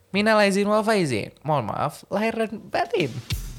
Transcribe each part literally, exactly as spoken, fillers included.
Minal aizin wal faizin. Mohon maaf lahir dan batin.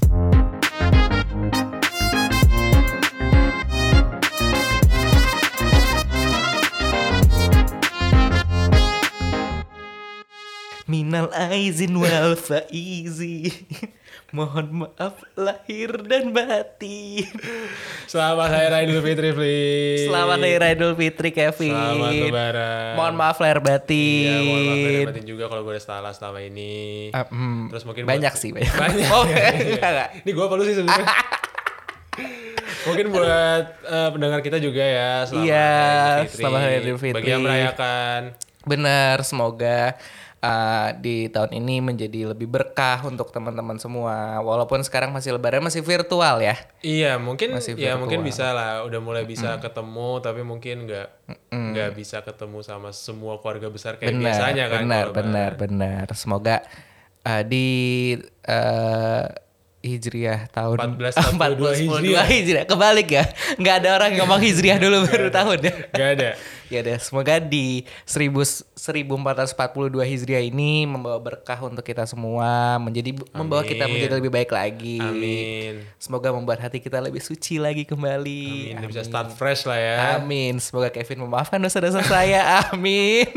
Minal aizin wal faizin. Mohon maaf lahir dan batin. Selamat Hari Raya Idul Fitri, Fli. Selamat Hari Raya Idul Fitri, Kevin. Selamat Lebaran. Mohon maaf lahir batin. Iya, mohon maaf lahir batin juga kalau gue udah salah selama ini. Uh, hmm, Terus mungkin banyak buat, sih banyak. Banyak. Oh, ya, enggak, enggak. Ini gue apa lu sih sebenarnya? Mungkin buat uh, pendengar kita juga ya. Selamat Iya, Hari Idul Fitri. selamat Hari Idul Fitri. Bagi yang merayakan. Benar, semoga uh, di tahun ini menjadi lebih berkah untuk teman-teman semua. Walaupun sekarang masih lebaran, masih virtual ya. Iya, mungkin Masih ya virtual. mungkin bisa lah. Udah mulai bisa Mm. ketemu, tapi mungkin nggak nggak bisa ketemu sama semua keluarga besar kayak Benar, biasanya kan. benar, kalau benar, lebaran. benar. Semoga uh, di uh, Hijriah tahun empat belas empat puluh dua Hijriah. Hijriah. Kebalik ya. Nggak ada orang yang ngomong Hijriah dulu baru tahun ya. Gak ada. Ya deh, semoga di seribu, seribu empat ratus empat puluh dua Hijriah ini membawa berkah untuk kita semua, menjadi membawa kita Amin. menjadi lebih baik lagi. Amin. Semoga membuat hati kita lebih suci lagi kembali. Amin. Bisa start fresh lah ya. Amin. Semoga Kevin memaafkan dosa-dosa saya. Amin.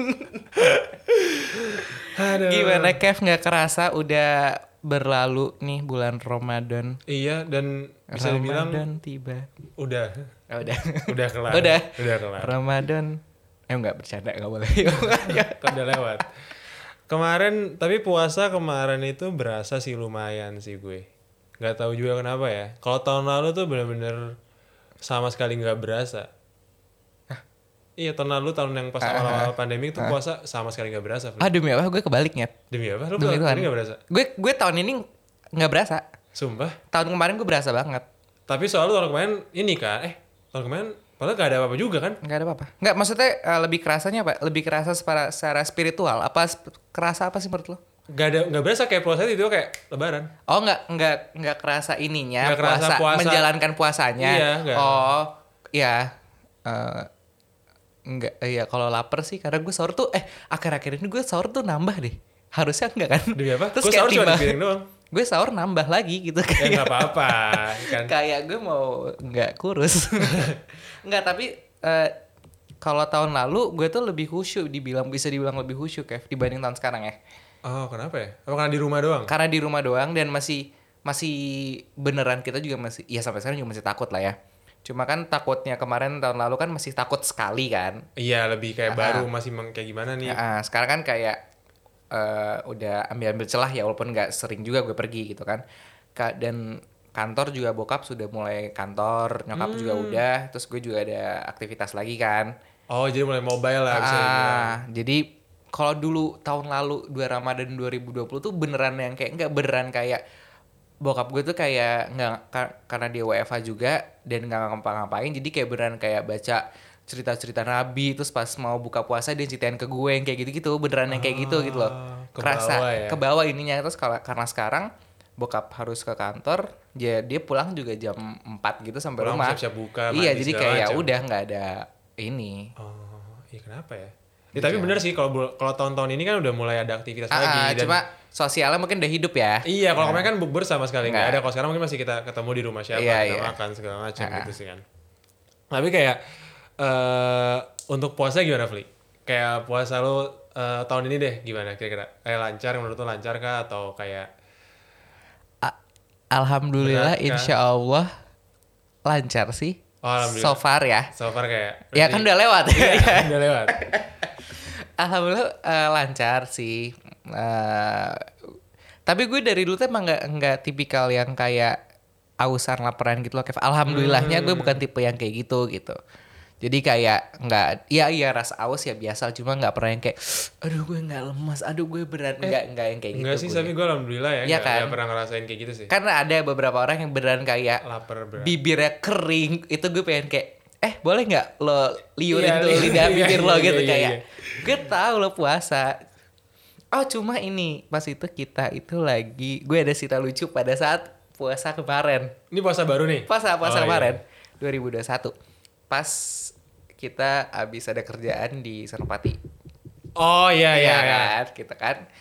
Aduh. Gimana Kev, nggak kerasa udah berlalu nih bulan Ramadan. Iya, dan bisa dibilang Ramadan tiba. udah Oh, udah. udah kelar. Udah. Udah kelar. Ramadan. Eh enggak bercanda, enggak boleh. Kan udah lewat. Kemarin, tapi puasa kemarin itu berasa sih lumayan sih gue. Gak tahu juga kenapa ya. Kalau tahun lalu tuh bener-bener sama sekali nggak berasa. Iya, tahun lalu tahun yang pas awal-awal pandemi itu puasa sama sekali nggak berasa. Ah, demi apa? Gue kebaliknya. Demi apa? Lu Demi tahun Tuhan. ini nggak berasa? Gue gue tahun ini nggak berasa. Sumpah. Tahun kemarin gue berasa banget. Tapi soal lu tahun kemarin ini kan, eh tahun kemarin padahal gak ada apa-apa juga kan? Nggak ada apa-apa. Nggak, maksudnya uh, lebih kerasanya apa? Lebih kerasa secara, secara spiritual. Apa sp- kerasa apa sih menurut lo? Gak ada, nggak berasa kayak puasa itu kayak lebaran. Oh, nggak nggak nggak kerasa ininya. Nggak kerasa puasa, puasa. menjalankan puasanya. Iya, nggak. Oh, iya. Uh, enggak, iya kalau lapar sih karena gue sahur tuh eh akhir-akhir ini gue sahur tuh nambah deh. Harusnya enggak kan? Demi apa? Terus Gue kayak sahur cuma tiba- di piring doang. gue sahur nambah lagi gitu Ya kayak. nggak apa-apa kan. Kayak gue mau nggak kurus. Nggak, tapi eh, kalau tahun lalu gue tuh lebih khusyuk, dibilang bisa dibilang lebih khusyuk Kev dibanding tahun sekarang ya. Oh, kenapa ya? Apa karena di rumah doang? Karena di rumah doang dan masih masih beneran kita juga masih ya sampai sekarang juga masih takut lah ya. Cuma kan takutnya kemarin tahun lalu kan masih takut sekali kan. Iya, lebih kayak Ah, baru ah. masih meng- kayak gimana nih? Nah, sekarang kan kayak eh, udah ambil-ambil celah ya, walaupun nggak sering juga gue pergi gitu kan. Ka- dan kantor juga bokap sudah mulai kantor, nyokap Hmm. juga udah, terus gue juga ada aktivitas lagi kan. Oh, jadi mulai mobile lah bisa dibilang. Ah, jadi kalau dulu tahun lalu dua Ramadan dua ribu dua puluh tuh beneran yang kayak nggak beneran kayak bokap gue tuh kayak nggak ka- karena dia W F H juga dan nggak ngapa-ngapain, jadi kayak beneran kayak baca cerita-cerita Nabi, terus pas mau buka puasa dia ceritain ke gue yang kayak gitu-gitu, beneran yang kayak gitu gitu loh. Ah, kebawa Kerasa ya. ke bawah ininya. Terus kalau karena sekarang bokap harus ke kantor, dia dia pulang juga jam empat gitu sampai Pulang rumah. siap-siap buka, Iya, mandi jadi segala kayak ya macam. udah nggak ada ini. Oh, iya kenapa ya? Ya tapi bener sih kalau bul- kalau tahun-tahun ini kan udah mulai ada aktivitas Ah, lagi ah, dan cuma sosialnya mungkin udah hidup ya. iya, kalau kemarin kan bukber sama sekali nggak Nggak. ada. Kalau sekarang mungkin masih kita ketemu di rumah siapa, Iya, kita iya. makan segala macam Ah, gitu sih kan. Tapi kayak eh untuk puasa gimana, Fli? Kayak puasa lu eh, tahun ini deh gimana kira-kira? Kayak lancar menurut lu lancar kah atau kayak A- Alhamdulillah, Berat kah? insya Allah lancar sih. Oh, alhamdulillah. So far ya. so far kayak Ya kan udah lewat. Iya, udah lewat. Alhamdulillah eh, lancar sih. Eh, tapi gue dari dulu tuh emang nggak nggak tipikal yang kayak ausan laparan gitu loh Kev. Alhamdulillahnya gue bukan tipe yang kayak gitu gitu. Jadi kayak nggak, ya iya rasa aus ya biasa, cuma nggak pernah yang kayak, aduh gue nggak lemas, aduh gue berat, nggak nggak yang kayak Enggak gitu. sih, gue. tapi gue alhamdulillah ya, Iya nggak kan? nggak pernah ngerasain kayak gitu sih. Karena ada beberapa orang yang beneran kayak Lapar berat. bibirnya kering, itu gue pengen kayak, eh boleh nggak lo liurin Iya, dulu iya, lidah iya, bibir lo iya, gitu iya, kayak, iya. gue tahu lo puasa. Oh cuma ini pas itu kita itu lagi, gue ada cerita lucu pada saat puasa kemarin. Ini puasa baru nih? Puasa puasa Oh, kemarin iya. dua ribu dua puluh satu pas kita abis ada kerjaan di Senopati. Oh iya iya, iya. kan kita kan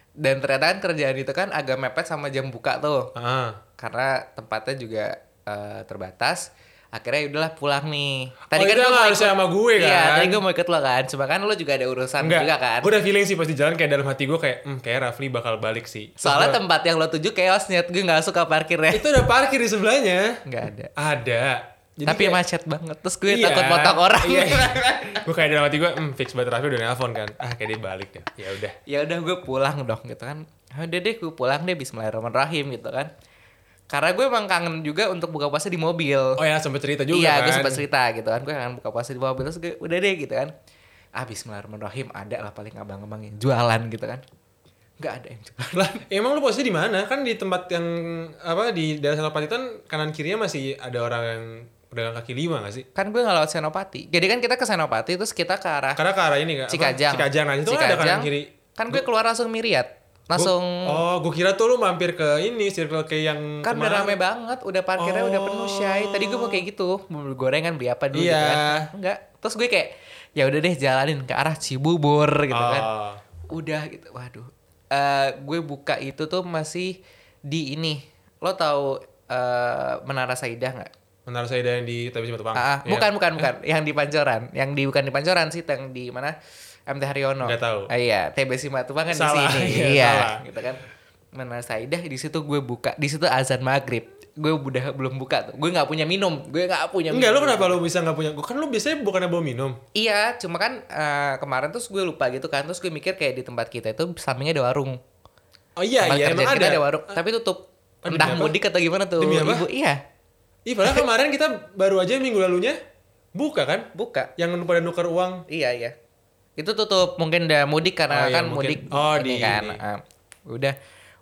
Dan ternyata kan kerjaan itu kan agak mepet sama jam buka tuh. Ah. Karena tempatnya juga uh, terbatas. Akhirnya udahlah pulang nih. Tadi Oh, kan itu gue mau harusnya ikut sama gue kan? Iya, tadi gue mau ikut lo kan. Cuma kan lo juga ada urusan Enggak, juga kan. gue udah feeling sih pas di jalan kayak dalam hati gue kayak, hmm, kayak Rafli bakal balik sih. Terus Soalnya gua, tempat yang lo tuju chaos nyet. Gue gak suka parkirnya. itu ada parkir di sebelahnya. Gak ada. Ada. Jadi Tapi kayak, macet banget. Terus gue iya, takut potong orang. Iya, iya. Gue kayak dalam hati gue, hmm, fix banget Rafli udah nelfon kan. Ah, kayak dia balik deh. Ya udah. Ya udah gue pulang dong gitu kan. Udah deh gue pulang deh Bismillahirrahmanirrahim gitu kan. Karena gue emang kangen juga untuk buka puasa di mobil. Oh ya, sempet cerita juga iya, kan. Iya, gue sempat cerita gitu kan. Gue kangen buka puasa di mobil. Terus gue udah deh gitu kan. Ah, Bismillahirrahmanirrahim. Ada lah paling abang-abang yang jualan gitu kan. Gak ada yang jualan. Lah, emang lu posisi di mana? Kan di tempat yang apa di daerah Senopati kan kanan kirinya masih ada orang yang pedagang kaki lima gak sih? Kan gue gak lewat Senopati. Jadi kan kita ke Senopati terus kita ke arah Karena ke arah ini kan? Cikajang. Cikajang. Nah, itu kan ada kanan kiri. Kan gue keluar langsung Miriat. Langsung Gua, oh, gue kira tuh lu mampir ke ini Circle K yang kan udah kemarin. rame banget, udah parkirnya Oh. udah penuh Syai. Tadi gue mau kayak gitu, mau beli gorengan beli apa dulu Iya. gitu kan. Enggak. Terus gue kayak ya udah deh jalanin ke arah Cibubur gitu Oh. kan. Udah gitu. Waduh. Eh gue buka itu tuh masih di ini. Lo tahu eh, Menara Saidah enggak? Menara saya yang di T B Simatupang. Ah, ah. Iya. bukan bukan bukan, yang di Pancoran, yang di bukan di Pancoran sih, yang di mana? M T Haryono. Nggak tahu. Ah, iya, T B Simatupang kan Salah, di sini. iya, Iya, salah. gitu kan. Menara Saidah di situ gue buka. Di situ azan maghrib. Gue udah belum buka tuh. Gue nggak punya minum. Gue nggak punya. Enggak, minum. lu kenapa lu bisa nggak punya? Gua kan lu biasanya bukannya bawa minum. Iya, cuma kan eh, kemarin terus gue lupa gitu kan. Terus gue mikir kayak di tempat kita itu sampingnya ada warung. Oh iya, Tempat iya kerjaan emang kita ada. ada warung, tapi tutup. Ah, demi Entah apa? mudik atau gimana tuh. Demi apa? Ibu, iya, Ih, padahal kemarin kita baru aja minggu lalunya buka kan? buka. Yang pada nuker uang. Iya, iya. Itu tutup, mungkin udah mudik karena Oh, iya, kan mungkin. mudik Oh, ini di kan. ini. Ah, udah.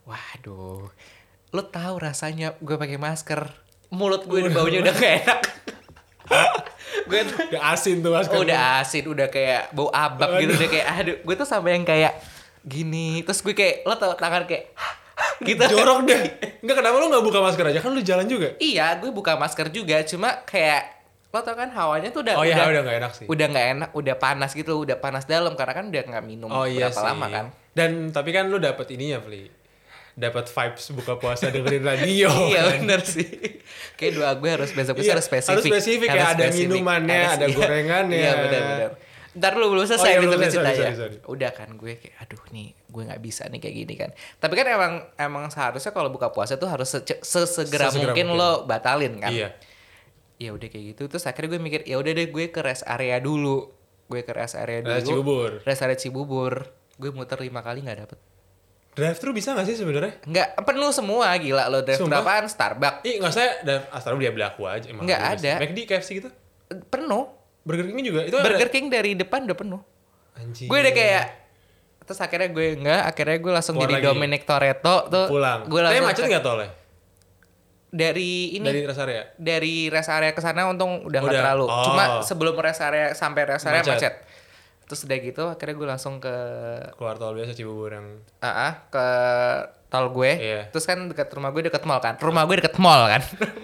Waduh. Lu tahu rasanya gue pakai masker. Mulut gue baunya udah gak enak. gue tuh Udah asin tuh masker. oh, udah asin, udah kayak bau abab gitu, udah kayak aduh, gue tuh sampai yang kayak gini. Terus gue kayak lo tau tangan kayak gitu. Jorok deh. Enggak, kenapa lu nggak buka masker aja? Kan lu jalan juga. Iya, gue buka masker juga, cuma kayak lo tau kan hawanya tuh udah Oh iya, udah udah nggak enak sih. udah nggak enak, udah panas gitu, udah panas dalam karena kan udah nggak minum Oh iya berapa sih. lama kan. Dan tapi kan lu dapat ininya, Fli. Dapat vibes buka puasa dengerin radio. Iya kan? bener sih. Kayak doa gue harus besok Iya, harus spesifik. harus spesifik, kayak ada minumannya, ada iya. gorengannya. Iya benar-benar. Ntar lu belum selesai Oh, iya, nih belum tapi selesai, ceritanya. sorry, sorry. Udah kan gue kayak aduh nih gue nggak bisa nih kayak gini kan. Tapi kan emang emang seharusnya kalau buka puasa tuh harus sece- sesegera, Sesegera mungkin, mungkin. lo batalin kan. Iya. Ya udah kayak gitu. Terus akhirnya gue mikir ya udah deh gue ke rest area dulu. Gue ke rest area dulu. Rest Cibubur. Rest area Cibubur. Gue muter lima kali nggak dapet. Drive thru bisa gak sih sebenarnya? Nggak penuh semua gila lo. Drive Sumpah? berapaan Starbucks Ih, nggak saya dan Astro dia beli aku aja emang. Nggak bagus. ada. McD, K F C gitu. penuh. Burger King juga itu Burger ada. King dari depan udah penuh. Anjing. Gue udah kayak terus akhirnya gue enggak, akhirnya gue langsung Keluar jadi lagi. Dominic Toretto tuh. pulang. Gue Tapi langsung macet ke- nggak tolnya? dari ini Dari dari, rest area. rest area ke sana untung udah nggak Udah. terlalu. Oh. Cuma sebelum rest area sampai rest area Macet. macet. Terus udah gitu akhirnya gue langsung ke Keluar tol biasa Cibubur yang ah ah, ke tol gue. Iya. Terus kan dekat rumah gue deket mall kan. Rumah gue deket mall kan.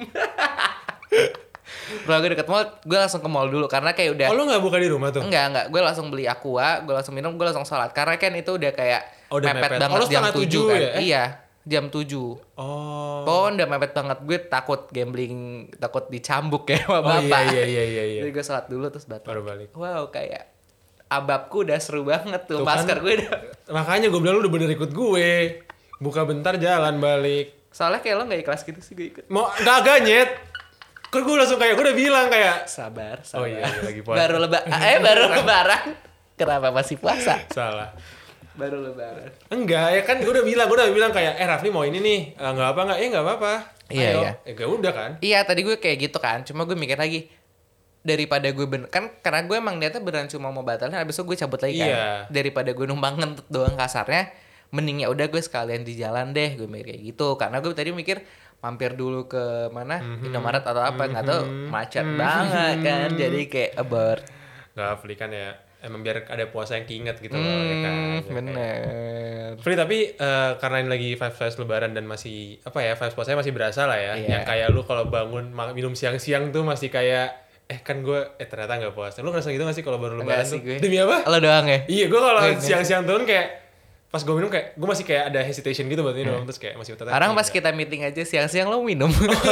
Rumah gue deket mall, gue langsung ke mall dulu karena kayak udah Oh, lu nggak buka di rumah tuh? enggak, enggak. Gue langsung beli aqua, gue langsung minum, gue langsung sholat. Karena kan itu udah kayak Oh, udah mepet mepet. banget Oh, lu jam setengah tujuh tujuh kan. ya? Eh? Iya, jam tujuh. Oh. Pokoknya udah mepet banget. Gue takut gambling, takut dicambuk ya sama Oh, bapak. iya, iya, iya, iya, iya. Jadi gue sholat dulu terus batal. Baru balik. Wow, kayak ababku udah seru banget tuh. Tuh kan. Masker gue udah. Makanya gue bilang lu udah bener ikut gue. Buka bentar jalan balik. Soalnya kayak lo gak ikhlas gitu sih gue ikut. Mau kagak nyet. Kan gue langsung kayak gue udah bilang kayak Sabar, Oh sabar. iya, iya, lagi puasa. Baru leba eh baru lebaran. Kenapa masih puasa? salah. Baru lebaran. Enggak, ya kan gue udah bilang, gue udah bilang kayak eh Rafli mau ini nih. Eh, enggak apa enggak? Eh enggak apa-apa. Iya, Ayo. iya. Eh gak udah kan? Iya tadi gue kayak gitu kan, cuma gue mikir lagi daripada gue bener kan karena gue emang niatnya beneran cuma mau batalin, habis itu gue cabut lagi kan. Iya. Daripada gue numpang ngentut doang kasarnya, mending ya udah gue sekalian di jalan deh, gue mikir kayak gitu. Karena gue tadi mikir mampir dulu ke mana Mhm. Indomaret atau apa nggak tahu Mhm. macet Mhm. banget kan, jadi kayak abort. Enggak, Rafli kan ya emang biar ada puasa yang keinget gitu loh. ya kan? Hmm, Ya kayak- bener. Free tapi eh, karena ini lagi five vibes lebaran dan masih apa ya five puasanya masih berasa lah ya. Iya. Yang kayak lu kalau bangun ma- minum siang-siang tuh masih kayak eh kan gue eh ternyata nggak puasa. Lu ngerasa gitu gak sih kalau baru lebaran Enggak sih tuh? gue. Demi apa? Lo doang ya? Iya gue kalau Gue enggak siang-siang tuh kan kayak pas gue minum kayak gue masih kayak ada hesitation gitu buat minum, terus kayak masih Sekarang pas kita meeting aja siang-siang lo minum.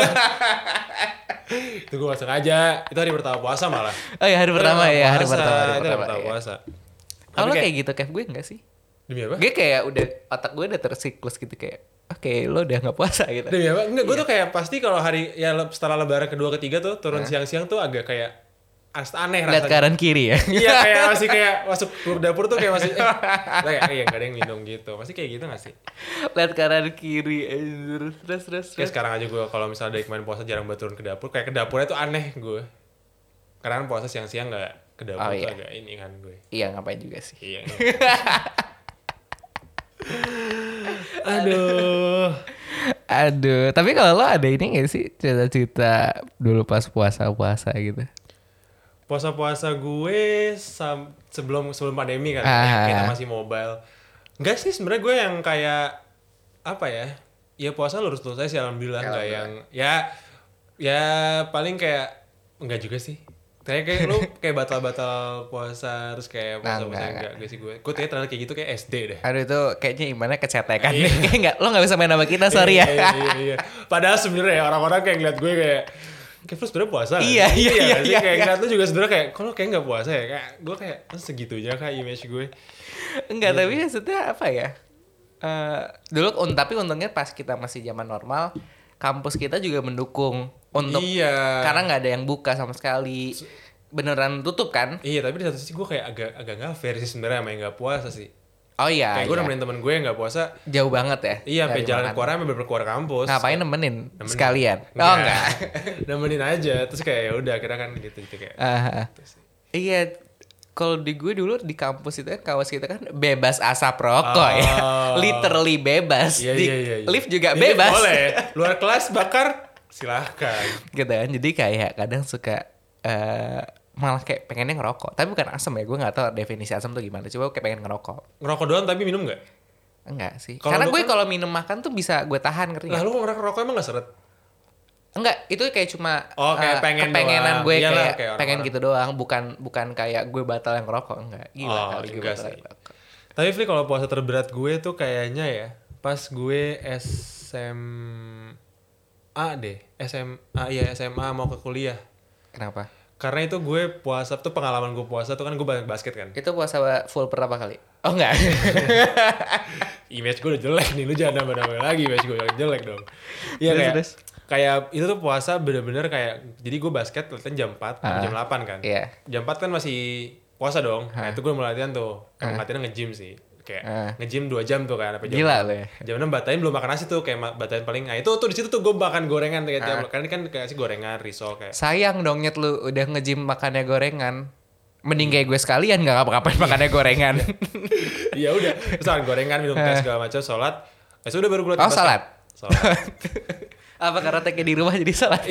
Itu gue gak sengaja, itu hari pertama puasa malah. Oh ya hari pertama ya, hari puasa, pertama. Hari itu hari pertama, pertama iya. puasa. Kalau Tapi lo kayak gitu, Kev, gue enggak sih. Demi apa? Gue kayak udah, otak gue udah tersiklus gitu kayak, oke lo udah gak puasa gitu. Demi apa? Enggak, gue tuh kayak pasti kalau hari, ya setelah lebaran kedua ketiga tuh, turun siang-siang tuh agak kayak as- aneh Lihat rasanya. kanan kiri ya. Iya kayak masih kayak masuk ke dapur tuh kayak masih, eh, lah kayak, eh, gak ada yang minum gitu. Masih kayak gitu gak sih? Lihat kanan kiri, anjir. Terus, terus, Kayak terus. sekarang aja gue kalau misalnya dari kemarin puasa jarang banget turun ke dapur, kayak ke dapurnya tuh aneh gue. Karena kan puasa siang-siang gak ke dapur Oh, tuh iya. agak ini kan gue. Iya ngapain juga sih. Iya. Aduh. Aduh, tapi kalau lo ada ini gak sih cerita-cerita dulu pas puasa-puasa gitu? Puasa-puasa gue sam- sebelum sebelum pandemi kan, Ah. yang kita masih mobile. Enggak sih sebenarnya gue yang kayak apa ya? Ya puasa lurus-lurus aja sih alhamdulillah, enggak yang ya ya paling kayak enggak juga sih. Kayak kayak lu kayak batal-batal puasa terus kayak Nah, puasa-puasa enggak, enggak, enggak sih gue. Gue ternyata kayak gitu kayak S D deh. Aduh itu kayaknya imannya kecetekan nih. Kayak nggak, lo nggak bisa main sama kita, sorry ya. Iya, iya, iya. Padahal sebenarnya ya orang-orang kayak ngeliat gue kayak kayak lu sebenarnya puasa nggak Iya, sih? iya, iya, nggak sih? iya, Kayak iya. ngeliat lu juga sebenarnya kayak kalau kayak nggak puasa ya, kayak gue kayak "Oh, segitunya kayak image gue." Enggak, tapi maksudnya apa ya? Eh dulu un, tapi untungnya pas kita masih zaman normal, kampus kita juga mendukung untuk Iya. karena nggak ada yang buka sama sekali. Beneran tutup kan? Iya, tapi di satu sisi gue kayak agak agak nggak fair sih sebenarnya sama yang nggak puasa sih. Oh iya. Kayak gue iya. nemenin temen gue yang nggak puasa, Jauh banget ya. iya sampai dari jalan makan. keluar sampai bener keluar kampus. Ngapain nemenin? Nemenin. Sekalian? Oh enggak. Nemenin aja, terus kayak ya udah kira kan gitu gitu kayak. Ah, iya, kalau di gue dulu di kampus itu kan kampus kita kan bebas asap rokok ya, Oh. literally bebas. Iya, di iya, iya, iya. lift juga Di bebas. Boleh. Luar kelas bakar silahkan. Gitu kan, jadi kayak kadang suka eh, malah kayak pengennya ngerokok, tapi bukan asam ya, gue nggak tahu definisi asam tuh gimana. Coba kayak pengen ngerokok. Ngerokok doang tapi minum nggak? Enggak sih, Kalau karena lu gue kan- kalau minum makan tuh bisa gue tahan, ngerti Lah nggak? lu ngerokok emang nggak seret? Enggak, itu kayak cuma Oh, kayak eh, pengen kepengenan doang. gue Iyalah, kayak, kayak pengen orang-orang. gitu doang, bukan bukan kayak gue batal yang ngerokok, enggak. Gila Oh, kali gue enggak batal sih. yang ngerokok. Tapi Fli kalau puasa terberat gue tuh kayaknya ya pas gue S M A deh, S M A iya S M A mau ke kuliah. Kenapa? Karena itu gue puasa tuh pengalaman gue puasa tuh kan gue banyak basket kan. Itu puasa full pertama kali? Oh enggak. Image gue udah jelek nih, lu jangan nambah-nambah lagi image gue yang jelek dong. Iya Terus, kayak terus. kayak itu tuh puasa bener-bener kayak jadi gue basket latihan jam empat sampai Ah, jam delapan kan. iya. Jam empat kan masih puasa dong. Nah, itu gue mulai latihan tuh. Emang latihannya nge-gym sih. Kayak Ah. nge-gym dua jam tuh kan sampai jam Gila enam. lu ya. Jam enam batain belum makan nasi tuh kayak ma- batain paling. Nah, itu tuh di situ tuh gue makan gorengan kayak Ah. tiap karena ini kan kayak sih gorengan, risol kayak. Sayang dong Nyet, lu udah nge-gym makannya gorengan. Mending kayak gue sekalian gak ngapa-ngapain makannya gorengan. Iya udah, terus makan gorengan, minum teh segala macam, sholat. Ya sudah baru gue Oh salat? Sholat. Apa karena teknya di rumah jadi salat?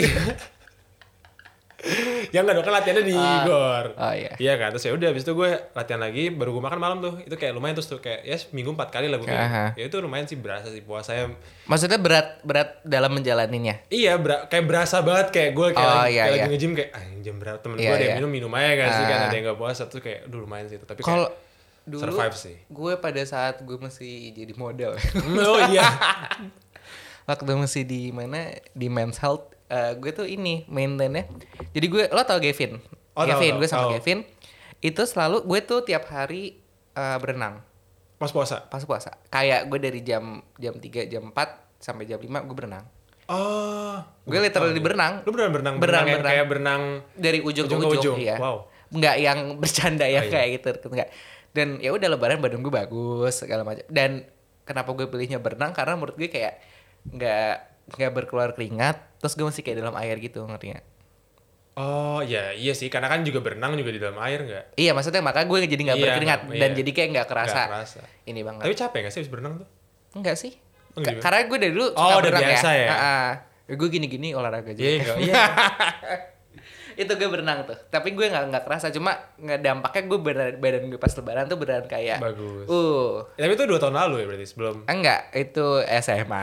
Ya enggak dong, kan latihannya di Ah. gor. Oh, iya. Iya kan, terus ya udah habis itu gue latihan lagi, baru gue makan malam tuh. Itu kayak lumayan terus tuh kayak ya minggu empat kali lah gue kayak. Aha. Ya itu lumayan sih berasa sih puasanya. Maksudnya berat berat dalam menjalaninya? Iya, ber- kayak berasa banget kayak gue kayak, Oh, lagi, iya, kayak iya. lagi nge-gym kayak ah jam berapa temen Iya, gue ada yang iya. minum minum aja kan sih kan Ah. ada yang gak puasa tuh kayak aduh lumayan sih itu tapi Kalau kayak dulu survive sih. gue pada saat gue masih jadi model. Oh iya. Waktu masih di mana di Men's Health, eh, gue tuh ini maintainnya. Jadi gue, lo tau Gavin? Oh, tahu, Gavin, tahu, gue sama tahu. Gavin. Itu selalu gue tuh tiap hari eh, berenang Pas puasa. pas puasa. Kayak gue dari jam jam tiga, jam empat sampai jam lima gue berenang. Oh. Gue literally berenang. Lu berenang berenang Berenang, berenang yang berenang. kayak berenang Dari ujung, Ujung ke ke ujung, ujung. iya. Wow. Nggak yang bercanda ya Oh, iya. kayak gitu, enggak. Dan ya udah lebaran badan gue bagus segala macam. Dan kenapa gue pilihnya berenang karena menurut gue kayak nggak nggak berkeluar keringat, terus gue masih kayak dalam air gitu, ngerti nggak? Oh ya iya sih karena kan juga berenang juga di dalam air nggak? Iya, maksudnya makanya gue jadi nggak Iya, berkeringat nggak- dan iya. jadi kayak nggak kerasa, Nggak kerasa. ini banget. Tapi capek nggak sih habis berenang tuh? Enggak sih. Oh, enggak Ka- juga? karena gue dari dulu Oh, suka udah berenang biasa ya? Heeh. Gue gini-gini olahraga juga. Iya enggak? Iya. Itu gue berenang tuh. Tapi gue nggak nggak kerasa, cuma nggak dampaknya gue beneran, badan gue pas lebaran tuh beneran kayak Bagus. Uh, Ya, tapi itu dua tahun lalu ya berarti sebelum. enggak, itu S M A.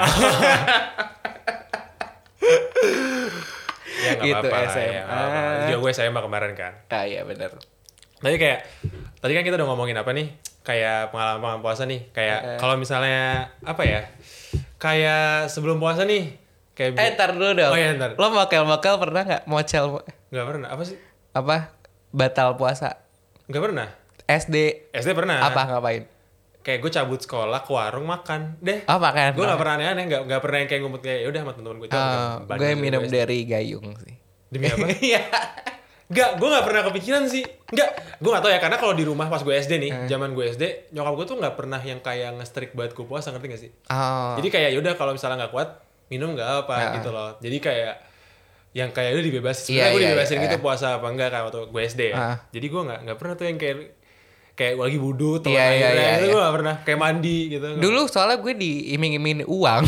Ya nggak Gitu, apa-apa lah S M A. ya. nggak apa-apa. Juga gue S M A kemarin kan. Ah iya bener. Tapi kayak tadi kan kita udah ngomongin apa nih? kayak pengalaman puasa nih. Kayak Uh. kalau misalnya apa ya? Kayak sebelum puasa nih. Kayak Eh, ntar dulu dong. Oh iya, ntar. Lo mokel-mokel pernah nggak? Mocel Nggak pernah. Apa sih? apa? Batal puasa. Nggak pernah. S D. S D pernah. Apa ngapain? Kayak gue cabut sekolah ke warung makan deh. Oh, makan. Gue nggak pernah aneh-aneh, nggak nggak pernah yang kayak ngumpet kayak ya udah sama temen-temen gue. Oh, gue minum dari gayung sih. Demi apa? Iya. Nggak, gue nggak pernah kepikiran sih. Nggak, gue nggak tahu ya karena kalau di rumah pas gue S D nih, zaman gue S D, nyokap gue tuh nggak pernah yang kayak nge-strict banget gue puasa, ngerti nggak sih? Oh. Jadi kayak yaudah kalau misalnya nggak kuat minum nggak apa Nah. gitu loh. Jadi kayak yang kayak udah dibebasin. Iya, Sebenarnya gue iya, dibebasin iya. gitu puasa apa enggak kayak waktu gue S D ya. Ah. Jadi gue nggak nggak pernah tuh yang kayak kayak lagi wudhu atau Iya, iya, akhirnya iya, itu iya. gue nggak pernah kayak mandi gitu. Dulu soalnya gue diiming-imingin uang.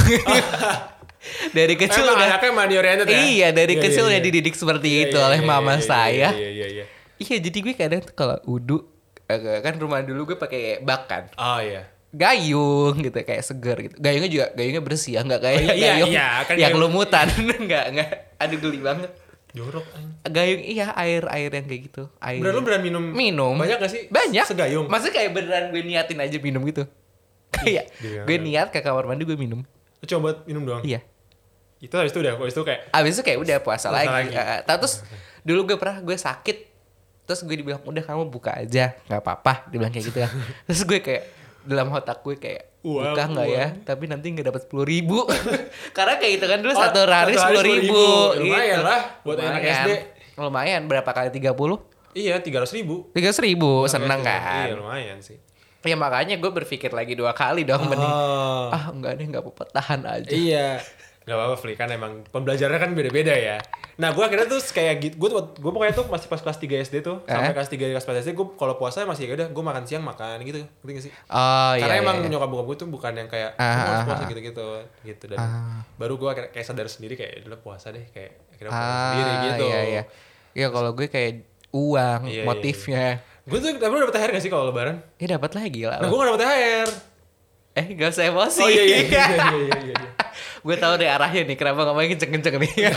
Dari kecil Emang udah. anaknya money oriented ya? Iya, dari Iya, kecil iya, udah iya. dididik seperti Iya, itu iya, oleh iya, mama iya, saya. Iya iya iya. Iya, jadi gue kadang tuh kalau wudhu eh, kan rumah dulu gue pakai bak kan. Oh iya. Gayung gitu kayak seger gitu. Gayungnya juga gayungnya bersih ya, enggak kayak Oh, iya, iya, gayung iya, kan yang gayung- lumutan. Enggak, enggak. Aduh geli banget. Jorok anjing. Gayung iya air-air yang kayak gitu. Air. Beneran lu beneran minum? Minum. Banyak gak sih? Banyak. Segayung? Maksudnya kayak beneran gue niatin aja minum gitu. Kayak Iya. gue niat ke kamar mandi gue minum. Lu coba buat minum doang? Iya. Itu habis itu udah, habis itu kayak Abis itu kayak udah puasa, Puasa lagi. lagi. Uh, terus dulu gue pernah gue sakit. Terus gue dibilang udah kamu buka aja, nggak apa-apa. Dibilang kayak gitu kan. Terus gue kayak dalam otak gue kayak Uang, buka nggak ya? uang. Tapi nanti nggak dapat sepuluh ribu. Karena kayak gitu kan dulu Oh, satu hari satu hari sepuluh ribu. sepuluh ribu. Lumayan lah buat anak S D. Lumayan berapa kali tiga puluh? iya tiga ratus ribu. Tiga ribu seneng Iya kan? lumayan sih. Ya makanya gue berpikir lagi dua kali dong mending. Oh. Ah enggak deh nggak apa-apa tahan aja. Iya. Gak apa-apa Fli, kan emang pembelajarannya kan beda-beda ya. Nah gue akhirnya tuh kayak gitu, gue tuh gue pokoknya tuh masih pas kelas tiga S D tuh, sampai Eh? kelas tiga kelas empat S D gue kalau puasa masih ya udah gue makan siang makan gitu, ngerti gak sih? Oh iya. Karena iya, emang iya. nyokap bokap gue tuh bukan yang kayak Ah, "Lu harus ah, puasa ah. gitu-gitu gitu dan Ah. baru gue kayak, kayak sadar sendiri kayak dulu puasa deh kayak akhirnya puasa Ah, sendiri gitu. Iya iya. Iya kalau gue kayak uang Iya, iya, motifnya. Gue tuh tapi lu dapet T H R gak sih kalau lebaran? Ya dapat lagi lah. Nah gue gak dapet T H R. Eh gak usah emosi. Oh iya iya iya iya iya. iya, iya. Gue tahu deh arahnya nih kenapa ngomongin kenceng-kenceng nih.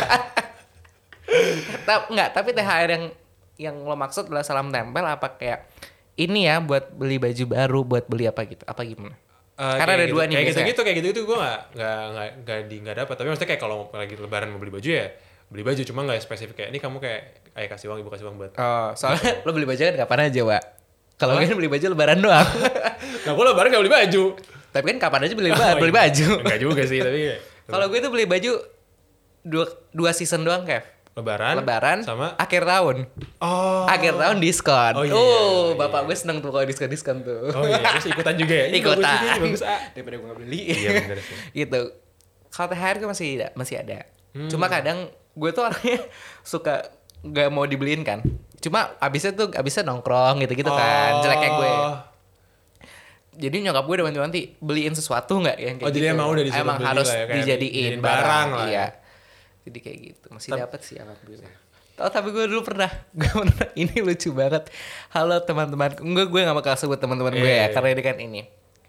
Ta- Enggak, tapi T H R yang yang lo maksud adalah salam tempel apa kayak ini ya buat beli baju baru, buat beli apa gitu, apa gimana? Uh, Karena kayak ada gitu, dua nih kayak biasanya. gitu-gitu kayak gitu-gitu gue nggak nggak nggak nggak di nggak dapat tapi maksudnya kayak kalau lagi lebaran mau beli baju ya beli baju cuma nggak spesifik kayak ini kamu kayak ayah kasih uang ibu kasih uang buat Oh, soalnya lo beli baju kan kapan aja, Wak? Kalau gue kan beli baju lebaran doang. nah gue lebaran nggak beli baju Tapi kan kapan aja beli, ba- Oh, beli iya. baju. Enggak juga sih tapi Kalau gue tuh beli baju dua, dua season doang, Kev. lebaran Lebaran sama akhir tahun. oh Akhir tahun diskon. Oh, Oh, iya, bapak iya. gue seneng tuh kalau diskon-diskon tuh. oh iya terus ikutan juga ya Ih, bagus Ikutan. juga, bagus ah Daripada gue gak beli. iya bener sih Gitu. Kalau T H R gue masih ada, masih ada. Hmm. Cuma kadang gue tuh orangnya suka gak mau dibeliin kan. Cuma abisnya tuh abisnya nongkrong gitu-gitu kan. Jeleknya gue. Oh. Jadi nyokap gue udah wanti-wanti beliin sesuatu nggak yang kayak Oh, gitu. jadi emang udah disuruh Emang beli harus lah ya, kayak dijadiin dijadiin barang, barang lah iya. ya. Jadi kayak gitu. Masih Tap- dapat sih alhamdulillah. Oh, tapi gue dulu pernah, gue pernah, ini lucu banget. Halo teman-teman, gue gue gak bakal sebut teman-teman gue Iya, ya, iya. karena ini kan ini.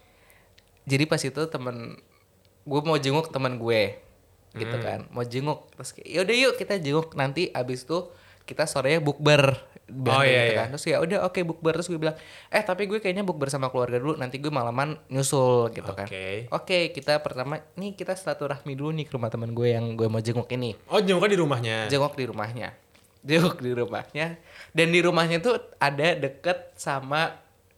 Jadi pas itu temen, gue mau jenguk teman gue, gitu Hmm. kan, mau jenguk, terus kayak, yaudah yuk kita jenguk nanti abis itu kita sorenya bukber, bilang Oh, kayak iya, gitu iya. kan. Terus ya udah oke bukber, terus gue bilang, eh tapi gue kayaknya bukber sama keluarga dulu, nanti gue malaman nyusul gitu kan. Oke. Oke kita pertama, nih kita silaturahmi dulu nih ke rumah teman gue yang gue mau jenguk ini. oh jenguknya di rumahnya Jenguk di rumahnya. Jenguk di rumahnya. Dan di rumahnya tuh ada deket sama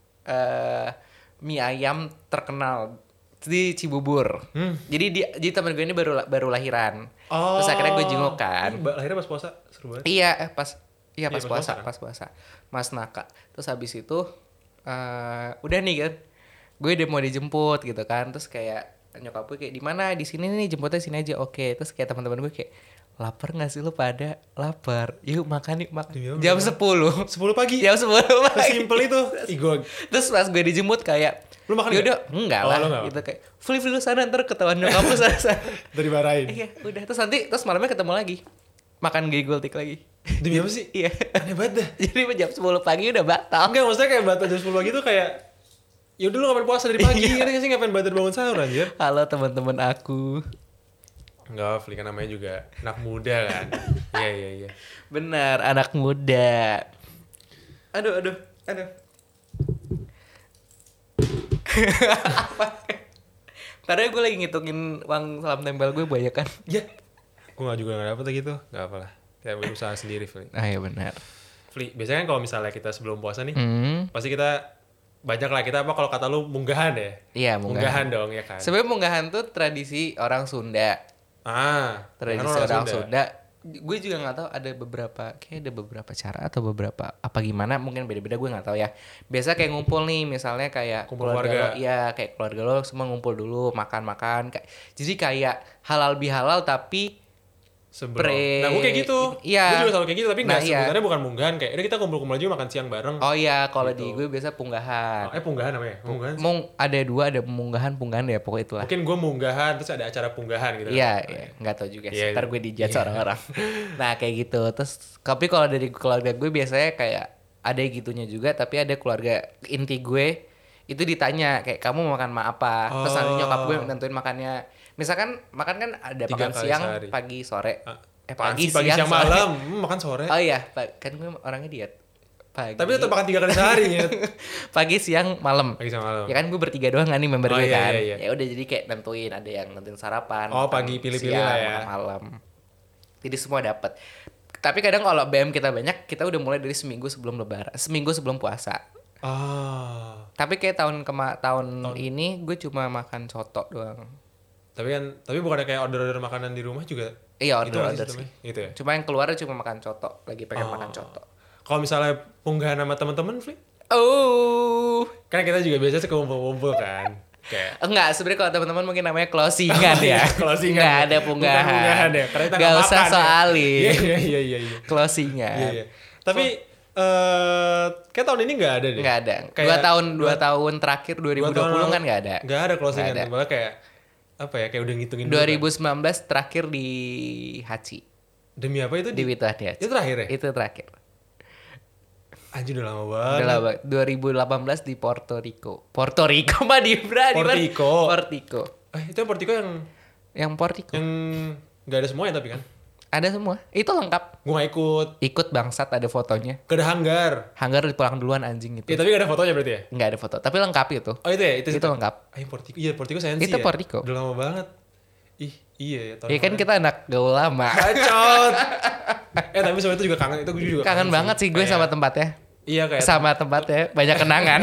eh mie ayam terkenal di Cibubur. Hmm. Jadi dia, jadi teman gue ini baru baru lahiran. oh Terus akhirnya gue jenguk kan. Ih, ba- lahirnya pas puasa seru banget Iya, eh, pas iya Iya, pas pas puasa, puasa kan? pas puasa. Mas Naka. Terus habis itu eh udah nih kan. Gue udah mau dijemput gitu kan. Terus kayak nyokap gue kayak di mana? Di sini nih jemputnya sini aja. Oke. Terus kayak teman-teman gue kayak lapar gak sih lu pada? Lapar. Yuk makan yuk makan. Demi apa, Jam Bang? sepuluh. sepuluh pagi Jam sepuluh pagi. Simpel itu Ih, gua Terus pas gue dijemput kayak Lu makan yaudah, nggak? enggak Oh, lah lu nggak? gitu kayak Fli Fli lu sana ntar ketahuan nyokap lu sana sana. dari barain Iya udah terus nanti terus malamnya ketemu lagi makan gigol tik lagi. demi apa sih Iya. aneh banget dah Jadi jam sepuluh pagi udah batal. enggak maksudnya kayak batas jam sepuluh pagi tuh kayak yaudah lu ngapain puasa dari pagi ngerti gak sih ngapain batas bangun sahur anjir Halo teman-teman aku. enggak Fli kan namanya juga anak muda kan iya iya iya Benar, anak muda. Aduh, aduh, aduh. Karena gue lagi ngitungin uang salam tempel gue banyak kan. Ya. Gue gak juga gak dapet gitu. Gak apa-lah. Kita berusaha sendiri, Fli. Ah ya benar. Fli, biasanya kan kalau misalnya kita sebelum puasa nih, Hmm. pasti kita banyak lah kita apa kalau kata lu munggahan ya? Iya munggahan. Munggahan dong ya kan. Sebenarnya munggahan tuh tradisi orang Sunda. Ah, Tradisi kan orang, Sunda. Gue juga nggak tahu ada beberapa, kayak ada beberapa cara atau beberapa apa gimana, mungkin beda-beda gue nggak tahu ya. Biasa kayak ngumpul nih, misalnya kayak Kumpul keluarga keluarga. lo, iya kayak keluarga lo semua ngumpul dulu makan-makan. Kayak, jadi kayak halal bihalal tapi Sebelum. pre. Nah, gue kayak gitu. Iya. Gue juga selalu kayak gitu, tapi nggak Nah, iya. sebenarnya bukan munggahan kayak, udah kita kumpul-kumpul aja makan siang bareng. Oh iya, kalau Gitu. di gue biasa punggahan. Oh, eh punggahan namanya? Punggahan. Mung ada dua, ada munggahan punggahan ya pokoknya itulah. Mungkin gue munggahan terus ada acara punggahan gitu. Iya, kan? iya, nggak tahu juga sih. Iya, Ntar gue dijudge iya. orang-orang. Nah kayak gitu. Terus, tapi kalau dari keluarga gue biasanya kayak ada gitunya juga. Tapi ada keluarga inti gue itu ditanya kayak kamu mau makan ma apa. Terus nanti Oh. nyokap gue nentuin makannya. Misalkan makan kan ada Tiga makan kali siang, sehari. pagi, sore. Ah, Eh pagi, pagi, pagi siang, siang sore. malam, hmm, makan sore. Oh iya, pa- kan gue orangnya diet. Pagi. Tapi tetap makan tiga kali sehari ya. Pagi, siang, malam. Pagi sama malam. Ya kan gue bertiga doang kan nih member Oh, gue iya, kan. iya, iya. Ya udah jadi kayak nentuin, ada yang nentuin sarapan. Oh, makan pagi pilih-pilih siang, lah ya. makan malam. Jadi semua dapat. Tapi kadang kalau B M kita banyak, kita udah mulai dari seminggu sebelum lebaran, seminggu sebelum puasa. Ah. Tapi kayak tahun kema tahun, ini gue cuma makan soto doang. Tapi kan, tapi bukan kayak order-order makanan di rumah juga. Iya, Itu nggak order-order sistemnya? sih. Gitu ya. Cuma yang keluar cuma makan coto, lagi pengen Oh. makan coto. Kalau misalnya punggahan sama teman-teman, Fli, Oh. kan kita juga biasa suka kumpul-kumpul kan. Kayak Enggak, sebenarnya kalau teman-teman mungkin namanya closingan ya. closingan. Enggak ada Bukan punggahan. punggahan ya, karena kita Nggak nggak usah makan ya. soalin. Iya, iya, iya, iya, iya. Closingan. Iya, iya. Tapi eh kayak tahun ini nggak ada deh. Nggak ada. Kayak Dua tahun dua dua- tahun terakhir dua ribu dua puluh kan nggak ada. Nggak ada closingan. Nggak ada. Malah kayak apa ya? Kayak udah ngitungin dulu dua kan. ribu sembilan belas terakhir di Haci. Demi apa itu? Di Wisma Atlet. Itu terakhir ya? Itu terakhir. Anjir udah lama banget. Udah lama. dua ribu delapan belas di Puerto Rico. Puerto Rico mah di Bra, di mana? Portico. Portico. Eh, itu yang Portico yang Yang Portico. yang nggak ada semuanya tapi kan. Ada semua. Itu lengkap. Gue gak ikut. Ikut bangsat ada fotonya. Ke ada hanggar. Hanggar pulang duluan anjing itu. Iya tapi gak ada fotonya berarti ya? Nggak ada foto, tapi lengkap itu. Oh itu ya? Itu, Itu lengkap. Ah, yang Portico. Iya Portico sensi Itu ya? Portico. Udah lama banget. Ih iya ya. tahun Ya kan kemarin. kita anak gaul lama. Bacot. eh tapi sama itu juga kangen. Itu gue juga Kangen banget sih gue Kayak- sama tempatnya. Iya kayak. Sama tempatnya banyak kenangan.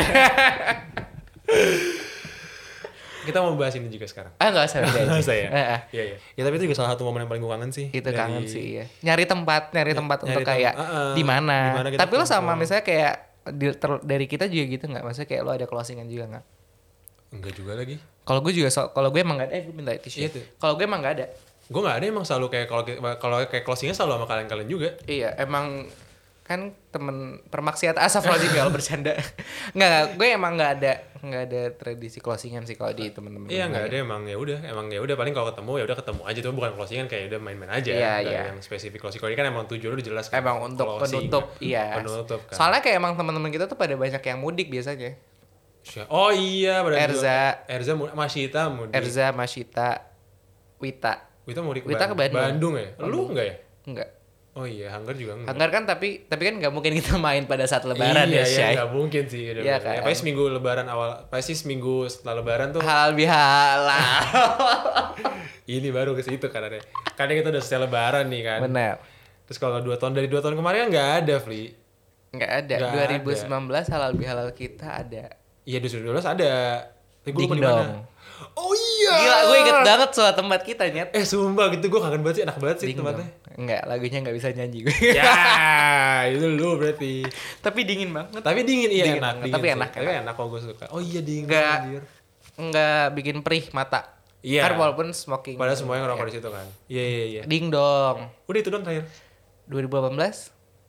Kita mau bahas ini juga sekarang. Ah nggak usah udah aja. Masa ya? Eh, eh. Iya iya. Ya tapi itu juga salah satu momen yang paling gue kangen sih. Itu Dari- kangen sih ya. Nyari tempat, nyari tempat nyari untuk tem- kayak ah, ah. di mana. Di mana kita Tapi lo sama kumpul. misalnya kayak di- ter- dari kita juga gitu nggak? Maksudnya kayak lo ada closingan juga nggak? Enggak juga lagi. Kalau gue juga so, kalau gue emang nggak ada. Eh gue minta tisu. Iya tuh. Kalau gue emang nggak ada. Gue nggak ada emang selalu kayak kalau kalau kayak closingnya selalu sama kalian-kalian juga. Iya emang kan temen permaksiat asafrolazim ya lo bercanda. Nggak, nggak, gue emang nggak ada nggak ada tradisi closingan sih kalau di temen-temen. Iya gue. nggak ada emang ya udah emang ya udah paling kalau ketemu ya udah ketemu aja tuh bukan closingan kayak udah main-main aja. Iya, Nggak iya. ada yang spesifik closing. Kalau ini kan emang tujuan udah jelas. Kan? Emang untuk Closing. penutup, iya. Penutup kan. Soalnya kayak emang teman-teman kita tuh pada banyak yang mudik biasanya. Oh iya pada Erza. juga- Erza mu- Masita mudik. Erza, Masyita, Wita. Wita mudik Wita ke Bandung. Bandung ya? Lu enggak ya? Enggak. Oh iya, Hanggar juga enggak. Hanggar kan tapi tapi kan nggak mungkin kita main pada saat lebaran iya, ya, iya, Syai. nggak mungkin sih. Udah Iya bener. kan? Ya, pasti seminggu lebaran awal, pasti seminggu setelah lebaran tuh Halal bihalal. ini baru ke situ kan ada. Karena kita udah selesai lebaran nih kan. Benar. Terus kalau dua tahun dari dua tahun kemarin kan nggak ada, Fli. Nggak ada. Nggak dua ribu sembilan belas halal bihalal kita ada. Iya dua ribu dua belas ada. Tapi gue lupa Ding di mana. dong. Oh iya. Gila, gue inget banget soal tempat kita, Nyet. Eh sumpah gitu gue kangen banget sih, enak banget sih Ding tempatnya. dong. Enggak, lagunya nggak bisa nyanyi gue. Ya, itu lu berarti. Tapi dingin banget. Tapi dingin iya Dingin enak, banget, dingin tapi sih. enak, Tapi enak. enak kok gue suka. Oh iya dingin. Nggak anjir. nggak bikin perih mata. Iya. Kan walaupun smoking. Padahal semuanya ngerokok di situ kan. Iya iya iya. Ding dong. Udah itu dong terakhir. dua ribu delapan belas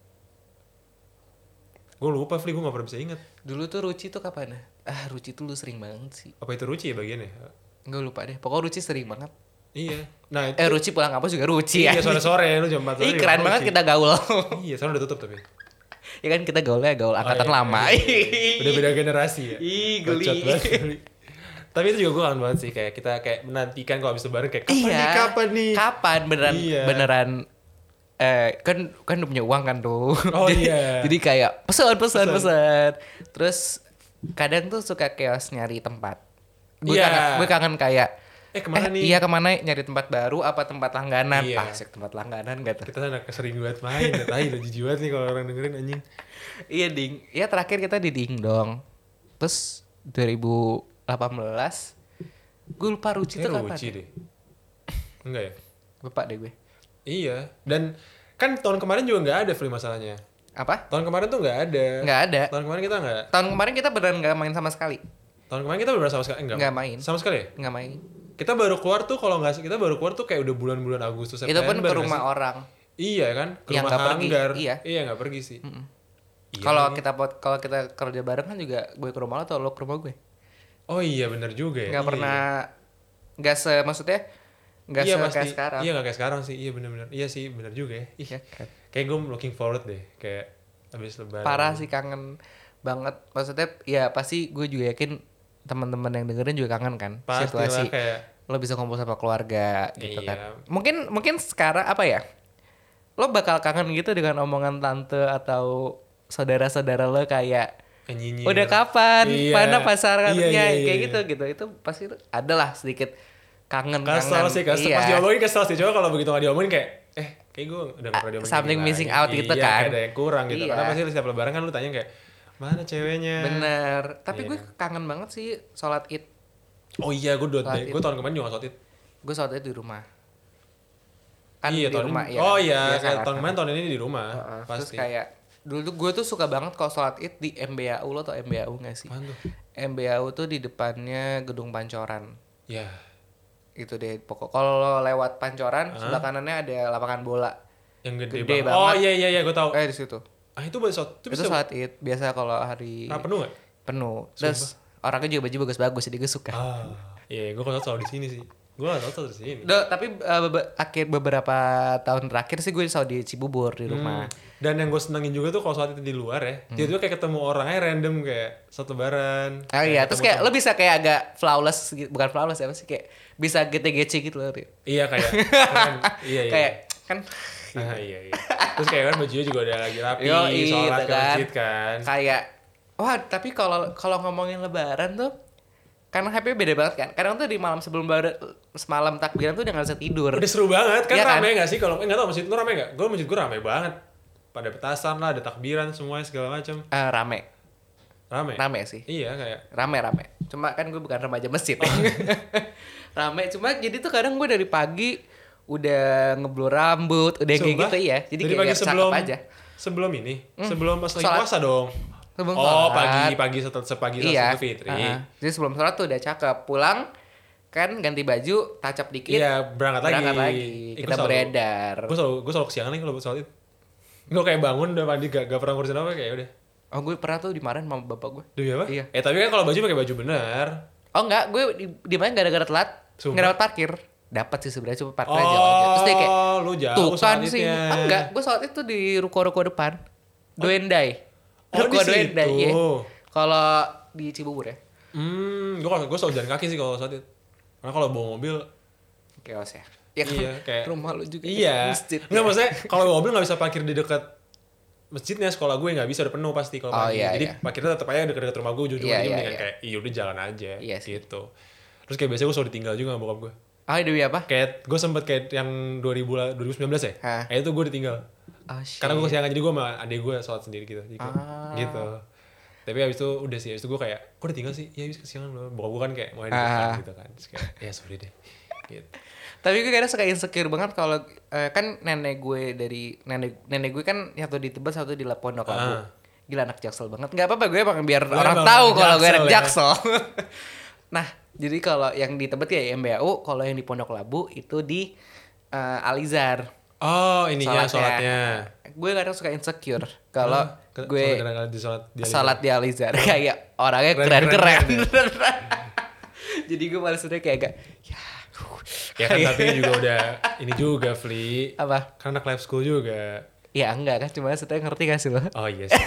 Gue lupa, Fli, gue gak pernah bisa inget. dulu tuh Ruci tuh kapan ya? Ah, Ruci tuh lu sering banget sih. Apa itu Ruci ya bagiannya? Enggak lupa deh. Pokoknya Ruci sering banget. Iya. Nah itu. Eh Ruci pulang kampus juga Ruci ya. Iya sore-sore lu jam empat sore. Ih juga keren Ruci. banget kita gaul. Iya, soalnya udah tutup tapi. Ya kan kita gaulnya gaul angkatan Oh, iya, lama. iya. Udah beda generasi ya. Ih Bacot geli. banget, geli. Tapi itu juga gue kangen banget sih, kayak kita kayak menantikan kalau habis lebaran kayak kapan Iya. nih, kapan nih? Kapan beneran Iya. beneran eh kan kan udah punya uang kan tuh. Oh, jadi, iya. Jadi kayak pesan pesan Pesan. pesan. Terus kadang tuh suka chaos nyari tempat. Gue Iya. kangen, gue kangen kayak Eh kemana eh, nih? Iya kemana nyari tempat baru apa tempat langganan? Iya. Asik tempat langganan gak tuh? Kita anak sering banget main, udah tahi, udah jijik banget nih kalau orang dengerin anjing. Iya ding. Iya terakhir kita di Ding Dong. Terus dua ribu delapan belas gue lupa Ruci Kayak tuh kapan? Ruci deh. Enggak ya? Lupa deh gue. Iya. Dan kan tahun kemarin juga nggak ada free masalahnya. Apa? Tahun kemarin tuh nggak ada. Nggak ada. Tahun kemarin kita nggak. Tahun kemarin kita beneran nggak main sama sekali. Tahun kemarin kita benar sama sekali enggak. Nggak main. Sama sekali ya? Nggak main. Kita baru keluar tuh kalau nggak kita baru keluar tuh kayak udah bulan-bulan Agustus Itu September. pun ke nggak rumah sih? orang. Iya kan? Ke Yang rumah nggak pergi, Hanggar. iya. Iya nggak pergi sih. Iya Kalau nih. kita pot- kalau kita kerja bareng kan juga gue ke rumah lo atau lo ke rumah gue. Oh iya benar juga ya. Nggak Iya, pernah nggak se maksudnya nggak iya, se pasti. kayak sekarang. Iya nggak kayak sekarang sih. Iya benar-benar. Iya sih benar juga ya. Ih, Iya kan? kayak gue looking forward deh. Kayak habis lebaran. Parah sih kangen banget. Maksudnya ya pasti gue juga yakin teman-teman yang dengerin juga kangen kan Pasti situasi lah kayak lo bisa kumpul sama keluarga gitu Iya. kan. Mungkin mungkin sekarang apa ya? Lo bakal kangen gitu dengan omongan tante atau saudara-saudara lo kayak nyinyir. udah kapan, Iya. mana pasarannya, Iya, iya, iya, kayak iya. gitu gitu. Itu pasti ada lah sedikit kangen Kesel kangen. sih, kesel. Iya. Pas diomongin kesel sih. Coba kalau begitu nggak diomongin kayak, eh kayak gue udah gak pernah diomongin Something gini missing lagi. out gitu Iya, kan. kayak ada yang kurang gitu. Iya. Karena pasti setiap lebaran kan lu tanya kayak, mana ceweknya? Bener. Tapi Iya. gue kangen banget sih sholat id. Oh iya, gue dot Sholat gue tahun kemarin juga sholat id. Gue sholat id di rumah. Kan iya, di tahun rumah ini. ya. Oh iya, biasa kayak kan. tahun kemarin tahun ini di rumah. Heeh. Terus Pasti. kayak dulu tuh gue tuh suka banget kalau sholat id di M B A U. Lo tau M B A U gak sih? Apaan tuh? M B A U tuh di depannya Gedung Pancoran. Ya. Itu deh pokok. Kalau lo lewat Pancoran, sebelah kanannya ada lapangan bola. Yang gede, Gede banget. Oh banget. iya iya iya, gue tahu. Eh di situ. Ah itu buat sholat. Itu Itu bisa sholat id biasa kalau hari ah, penuh nggak? penuh. Terus orangnya juga baju bagus-bagus jadi gue suka. Ah, iya, gue kalau selalu di sini sih. Gue nggak tahu selalu di sini. Do, tapi uh, bebe- akhir beberapa tahun terakhir sih gue selalu di Cibubur di rumah. Hmm. Dan yang gue senengin juga tuh kalau sholat itu di luar ya, dia tuh kayak ketemu orangnya random kayak satu lebaran. Oh iya, terus kayak lo bisa kayak agak flawless gitu, bukan flawless ya, sih kayak bisa gece-gece gitu loh. Ri. Iya kayak, keren. iya iya. Kayak kan Ah, iya iya. Terus kayak kan bajunya juga udah lagi rapi, Yoi, sholat gitu ke masjid kan. kayak wah, tapi kalau kalau ngomongin lebaran tuh karena happy beda banget kan. Kadang tuh di malam sebelum lebaran semalam takbiran tuh udah gak bisa tidur. Udah seru banget kan, Iya kan? rame nggak sih kalau nggak tau masjid lu rame nggak? Gue masjid gue rame banget. Pada petasan lah, ada takbiran semuanya segala macam. Eh, rame. Rame. Rame sih. Iya kayak. Rame-rame. Cuma kan gue bukan remaja masjid. Rame. Cuma jadi tuh kadang gue dari pagi udah ngeblur rambut, udah kayak Sumpah? gitu ya. Jadi Dari kayak pagi biar cakep sebelum aja. sebelum ini, sebelum pas lagi Sholat. puasa dong. Sebelum Oh sholat. pagi pagi setelah sepagi setelah Iya. Idul Fitri. Uh-uh. Jadi sebelum sholat tuh udah cakep. Pulang kan ganti baju, touch up dikit. Iya berangkat, berangkat lagi. lagi. Eh, Kita gua selalu- beredar. Gue selalu gue selalu kesiangan nih kalau buat sholat itu. Gue kayak bangun udah mandi gak, gak pernah ngurusin apa kayak udah. Oh gue pernah tuh dimarahin sama bapak gue. Demi apa? Iya. Eh tapi kan kalau baju pakai baju bener. Oh enggak, gue di, dimarahin gara-gara telat. Sumpah? Nggak dapat parkir. Dapat sih sebenarnya cuma parkir Oh, aja aja. Terus dia kayak lu jauh tuh kan sholatnya. sih. Ah, enggak, gue sholat itu di ruko-ruko depan. Doendai. Oh, Ruko di Doendai. situ. Iya. Kalau di Cibubur ya. Hmm, gue gue selalu jalan kaki sih kalau sholat itu. Karena kalau bawa mobil, Chaos ya. Ya kan, iya kayak. rumah lu juga Iya. masjid. Nggak ya. maksudnya kalau bawa mobil nggak bisa parkir di dekat masjidnya, sekolah gue nggak bisa, udah penuh pasti kalau Oh, pagi. iya, Jadi iya. parkirnya tetap aja dekat-dekat rumah gue, ujung-ujungnya Iya, jadi iya, mendingan iya. kayak iya udah jalan aja Iya sih. gitu. Terus kayak biasanya gue selalu ditinggal juga sama bokap gue. Ah, demi apa? Kayak gue sempet kayak yang dua ribu lah- dua ribu sembilan belas ya. Hah? Kayak itu gue ditinggal. Oh, shit. Karena gue kesiangan, jadi gue sama adik gue sholat sendiri gitu. Jadi kayak Ah. gitu. Tapi abis itu udah sih, abis itu gue kayak, kok ditinggal sih? Ya abis kesiangan loh. Bokap gue kan kayak mulai di depan Ah. gitu kan. Terus kayak, ya sorry deh. Gitu. Tapi gue kadang suka insecure banget kalau eh, kan nenek gue dari nenek nenek gue kan satu di Tebet satu di Pondok Labu. Ah. Gila anak Jaksel banget. Gak apa-apa gue emang biar Lu orang emang tahu kalau gue Jaksel anak ya? Jaksel. Nah, jadi kalau yang di Tebet ya M B A U, kalau yang di Pondok Labu itu di eh, Alizar. Oh ininya sholatnya. Gue kadang suka insecure kalau Ah, ke- gue sholat kadang-kadang di sholat di Alizar. salat di Alizar kayak orangnya Keren-keren keren-keren. Jadi gue malah sudah kayak agak ya. Ya kan tapi juga udah ini juga Fli. Apa? Karena anak live school juga. Ya enggak kan, cuma saya ngerti gak sih lo? Oh iya sih.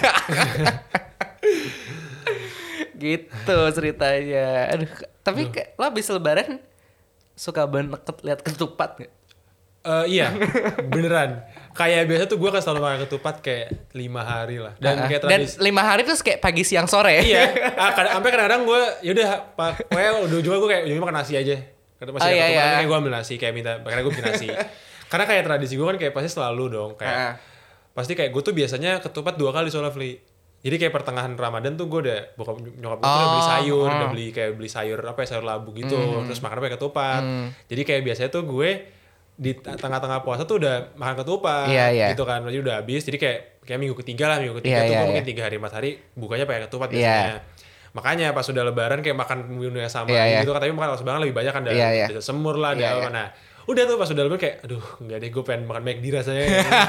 Gitu ceritanya. Aduh, tapi kayak, lo habis lebaran suka banget lihat ketupat gak? Eh iya, beneran. Kayak biasa tuh gue kan selalu makan ketupat kayak lima hari lah. Dan Uh-uh. kayak Dan tradisi. lima hari terus kayak pagi siang sore. Iya, ah, kadang- sampai kadang-kadang gue yaudah pak, pokoknya udah ujungnya gue kayak ujungnya makan nasi aja. Karena masih Oh, ada iya, ketupat, iya. kayak gue ambil nasi, kayak minta, karena gue bikin nasi. Karena kayak tradisi gue kan kayak pasti selalu dong, kayak Uh-uh. pasti kayak gue tuh biasanya ketupat dua kali soalnya Fli. Jadi kayak pertengahan Ramadan tuh gue udah bokap nyokap gue tuh udah beli Oh, sayur, oh. udah beli kayak beli sayur apa ya sayur labu gitu, terus makan pakai ketupat. Jadi kayak biasanya tuh gue di tengah-tengah puasa tuh udah makan ketupat Iya, iya. gitu kan, jadi udah habis. Jadi kayak kayak minggu ketiga lah, minggu ketiga Iya, tuh iya, gue iya. mungkin tiga hari empat hari bukanya pakai ketupat Iya. biasanya. Makanya pas udah lebaran kayak makan menu yang sama Iya, iya. gitu kan, tapi makan sebarang lebih banyak kan, ada, Iya, iya. ada semur lah, ada Iya, apa. iya. Nah udah tuh pas udah lebaran kayak aduh nggak deh, gue pengen makan McD rasanya.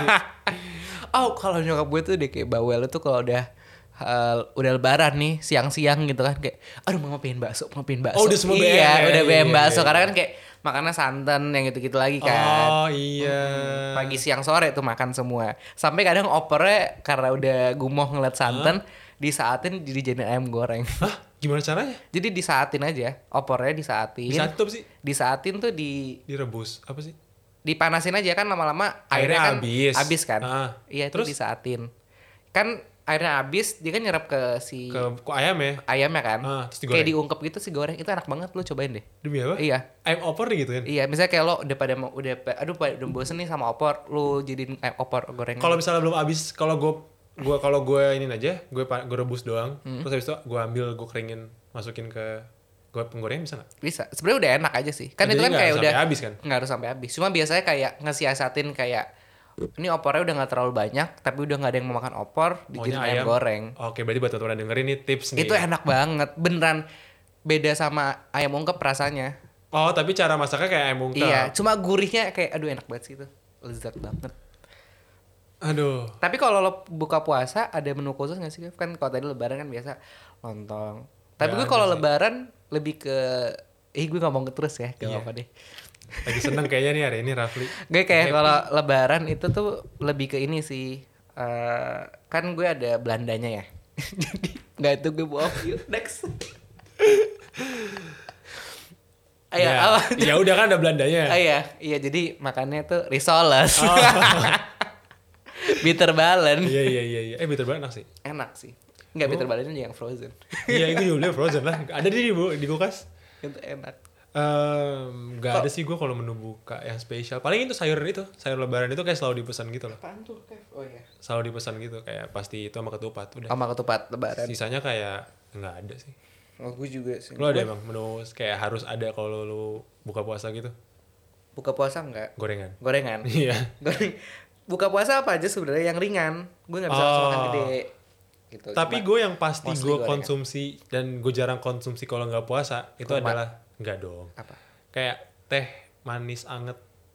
Oh, kalau nyokap gue tuh deh kayak bawel tuh kalau udah uh, udah lebaran nih siang-siang gitu kan kayak aduh mau pengen bakso, mau pengen bakso. Oh, udah semua iya, B M, udah iya, B M iya, bakso iya. karena kan kayak makannya santan yang gitu-gitu lagi kan. Oh iya. Pagi siang sore tuh makan semua. Sampai kadang opernya karena udah gumoh ngeliat santan, disaatin jadi jadi ayam goreng. Hah? Gimana caranya? Jadi disaatin aja, opornya disaatin. Bisa tuh apa sih? Disaatin tuh di Direbus apa sih? dipanasin aja kan lama-lama Airnya airnya kan habis. habis kan. Ah. Iya, itu Terus? disaatin. Kan airnya habis, dia kan nyerap ke si Ke kok ayam ya? ayamnya kan. Ah, terus digoreng. Kayak diungkep gitu sih goreng. Itu enak banget, lu cobain deh. Demi apa? Iya. Ayam opor gitu kan? Iya, misalnya kayak lo udah pada mau udah pa- aduh pada udah bosen nih sama opor, lu jadiin ayam opor goreng. Kalau misalnya belum habis, kalau gue gua kalau gue ini aja, gue gue rebus doang, terus habis itu gue ambil, gue keringin, masukin ke gue penggoreng bisa nggak? bisa. Sebenarnya udah enak aja sih. Kan Jadi itu kan nggak kayak harus udah sampai habis kan? nggak harus sampai habis. Cuma biasanya kayak ngesiasatin kayak ini opornya udah nggak terlalu banyak, tapi udah nggak ada yang mau makan opor, dijadiin Maunya ayam ayam goreng. Oke, berarti buat teman-teman yang dengerin nih tips nih. Itu enak banget, beneran beda sama ayam ungkep rasanya. Oh, tapi cara masaknya kayak ayam ungkep. Iya, cuma gurihnya kayak aduh enak banget sih itu. Lezat banget. Aduh. Tapi kalau lo buka puasa ada menu khusus gak sih? Kev? Kan kalau tadi lebaran kan biasa lontong. Tapi Nggak gue ada kalau sih. lebaran lebih ke eh gue ngomong terus ya, gak Iya. apa-apa deh. Lagi seneng kayaknya nih hari ini Rafli. Gue kayak kalau lebaran itu tuh lebih ke ini sih. Eh, kan gue ada Belandanya ya. Jadi nggak itu gue bohong. Yuk, next. Ayo, ya, apa? ya udah kan ada Belandanya. Ah, iya, iya jadi makannya tuh risoles. Oh. Bitter balen. Iya iya iya iya. Eh bitter banget enak sih. Enak sih. Enggak bitter balennya yang frozen. Iya, itu juga beli frozen lah. Ada di bu di kulkas. Itu enak. Ehm, nggak Kok- ada sih gue kalau menu buka yang spesial. Paling itu sayur itu, sayur lebaran itu kayak selalu dipesan gitu loh. Apaan tuh, Kev? Oh iya. Selalu dipesan gitu kayak pasti itu sama ketupat udah. Sama ketupat lebaran. Sisanya kayak nggak ada sih. Oh, gue juga sih. Lo ada emang menu kayak harus ada kalau lu buka puasa gitu? Buka puasa enggak? Gorengan. Gorengan. Iya. Goreng. Buka puasa apa aja sebenarnya yang ringan. Gue nggak bisa langsung Oh. makan gede. Gitu. Tapi Cuma- gue yang pasti mostly gue gorengan. konsumsi dan gue jarang konsumsi kalau nggak puasa itu Kurma. adalah nggak dong. apa? Kayak teh manis anget.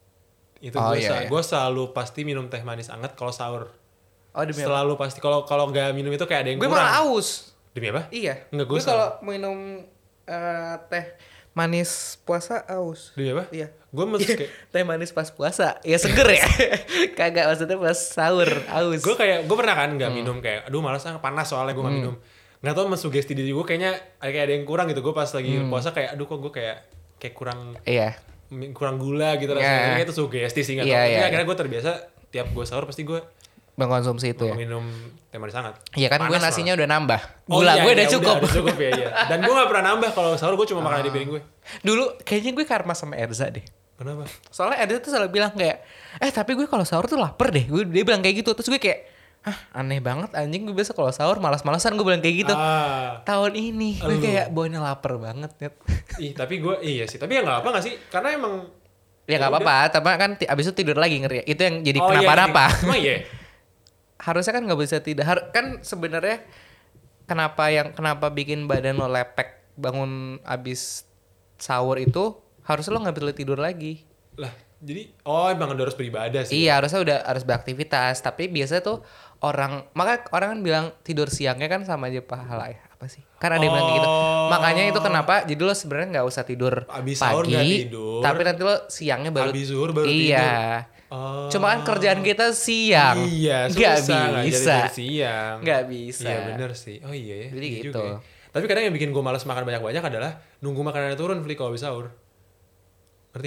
Itu Oh, gue iya, iya. gue selalu pasti minum teh manis anget kalau sahur. Oh, demi apa? Selalu pasti kalau kalau nggak minum itu kayak ada yang Gue kurang. malah aus. Demi apa? Iya. Nggak, gue Gue kalau minum eh, teh manis puasa aus. Demi apa? Iya. Gue mesti kayak Teh manis pas puasa. Ya seger ya. Kagak maksudnya pas sahur aus. gue kayak gue pernah kan nggak Hmm. minum kayak aduh malas ah panas soalnya gue nggak minum. Nggak tahu mensugesti diri gue kayaknya kayak ada yang kurang gitu. Gue pas lagi Hmm. puasa kayak aduh kok gue kayak kayak kurang Iya. kurang gula gitu rasanya. Iya. Kayak itu sugesti sih nggak Iya, tahu. Tapi iya, akhirnya gue terbiasa tiap gue sahur pasti gue Mengkonsumsi itu ya. minum teh manis hangat. Iya kan gue Panas nasinya soalnya. udah nambah. Oh Gula iya, gue iya, udah cukup. Udah, cukup ya iya. Dan gue gak pernah nambah kalau sahur gue cuma makan di piring gue. Dulu kayaknya gue karma sama Erza deh. Kenapa? Soalnya Erza tuh selalu bilang kayak, eh tapi gue kalau sahur tuh lapar deh. Gue dia bilang kayak gitu. Terus gue kayak, ah aneh banget anjing gue biasa kalau sahur malas-malasan gue bilang kayak gitu. Ah. Tahun ini gue Elu. kayak bawanya lapar banget Net. Ih tapi gue iya sih. Tapi ya nggak apa nggak sih? Karena emang Ya Ya gak apa-apa, tapi kan ti- abis itu tidur lagi ngeri. Itu yang jadi Oh, iya, kenapa-napa. iya. Emang iya. Harusnya kan nggak bisa tidak. Har- kan sebenarnya kenapa yang kenapa bikin badan lo lepek bangun abis sahur itu harusnya lo nggak boleh tidur lagi. Lah jadi oh emang udah harus beribadah sih. Iya harusnya udah harus beraktivitas. Tapi biasanya tuh orang maka orang kan bilang tidur siangnya kan sama aja pahala ya apa sih? Karena ada yang bilang kayak gitu. Oh. Makanya itu kenapa jadi lo sebenarnya nggak usah tidur Abis sahur pagi. nggak tidur. Tapi nanti lo siangnya baru. Abis zuhur baru iya. tidur. Oh. Cuma kan kerjaan kita siang. Iya, nggak susah nggak jadi bisa. dari siang. Nggak bisa. Iya bener sih. Oh iya ya. Jadi iya gitu. juga ya. Tapi kadang yang bikin gue malas makan banyak-banyak adalah nunggu makanannya turun Fli kalau habis sahur. Ngerti nggak?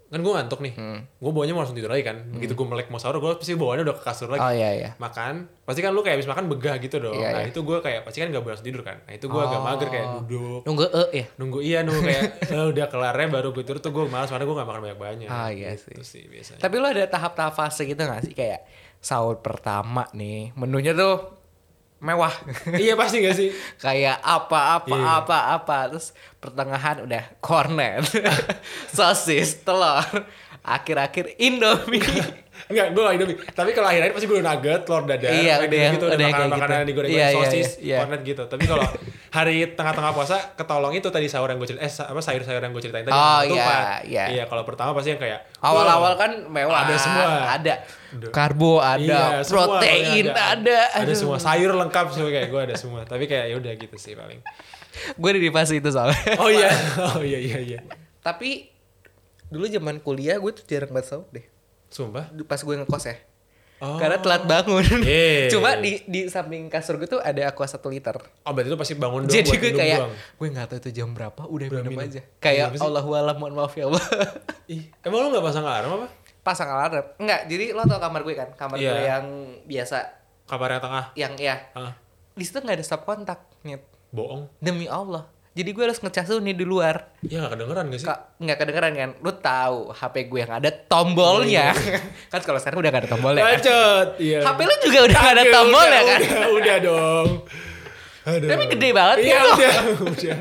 kan gue ngantuk nih, hmm. gue bawanya mau langsung tidur lagi kan. Begitu hmm. gue melek mau sahur, gue pasti bawanya udah ke kasur lagi. Oh iya iya. Makan, pasti kan lu kayak habis makan begah gitu dong. Iya, nah iya. itu gue kayak pasti kan gak boleh langsung tidur kan. Nah itu gue oh. agak mager kayak duduk. Nunggu e ya? Nunggu iya nunggu kayak eh, udah kelarnya baru gue tidur tuh gue malas karena gue gak makan banyak-banyak. Ah iya gitu sih. sih biasanya. Tapi lu ada tahap-tahap fase gitu gak sih? Kayak sahur pertama nih, menunya tuh mewah. Iya pasti gak sih? Kayak apa apa iya. apa apa terus pertengahan udah kornet, sosis, telur, akhir-akhir Indomie. Enggak, gue gak Indomie. Tapi kalau akhir-akhir pasti gue udah nugget, telur dadar, iya, kayak udah, gitu, udah udah makanan-makanan gitu. digoreng, Iya, sosis, iya, iya. kornet gitu. Tapi kalau hari tengah-tengah puasa ketolong itu tadi sahur yang gue ceritain, eh apa sayur-sayur yang gue ceritain tadi. Oh itu iya, iya. Iya, kalau pertama pasti yang kayak awal-awal kan mewah. Ada semua. Ada karbo, ada iya, protein, ada. ada. Ada semua sayur lengkap sih kayak gue ada semua. Tapi kayak ya udah gitu sih paling. Gue di fase itu soalnya. Oh iya, oh iya iya iya. Tapi dulu zaman kuliah gue tuh jarang banget sahur deh. Sumpah? Pas gue ngekos ya. Oh. Karena telat bangun. Yeah. Cuma di di samping kasur gue tuh ada aqua satu liter. Oh berarti lu pasti bangun dong. Jadi buat gue kayak doang. gue nggak tahu itu jam berapa udah Udah minum, minum aja. Kayak minum Allahualam, mohon maaf ya Allah. Ih, emang lu nggak pasang alarm apa? Pasang alarm. Enggak, jadi lo tau kamar gue kan? Kamar yeah. gue yang biasa. Kamar yang tengah. Yang ya. Uh. Di situ nggak ada stop kontak, Nyet. Bohong. Demi Allah. Jadi gue harus ngecas tuh nih di luar. Ya gak kedengeran gak sih? Ka- gak kedengeran kan? Lu tahu H P gue yang ada tombolnya. Kan kalau sekarang udah gak ada tombolnya kan? Bacot. Iya. H P lu juga udah gak ada tombolnya kan? Udah, udah dong. Aduh. Tapi gede banget iya, ya. Udah, udah.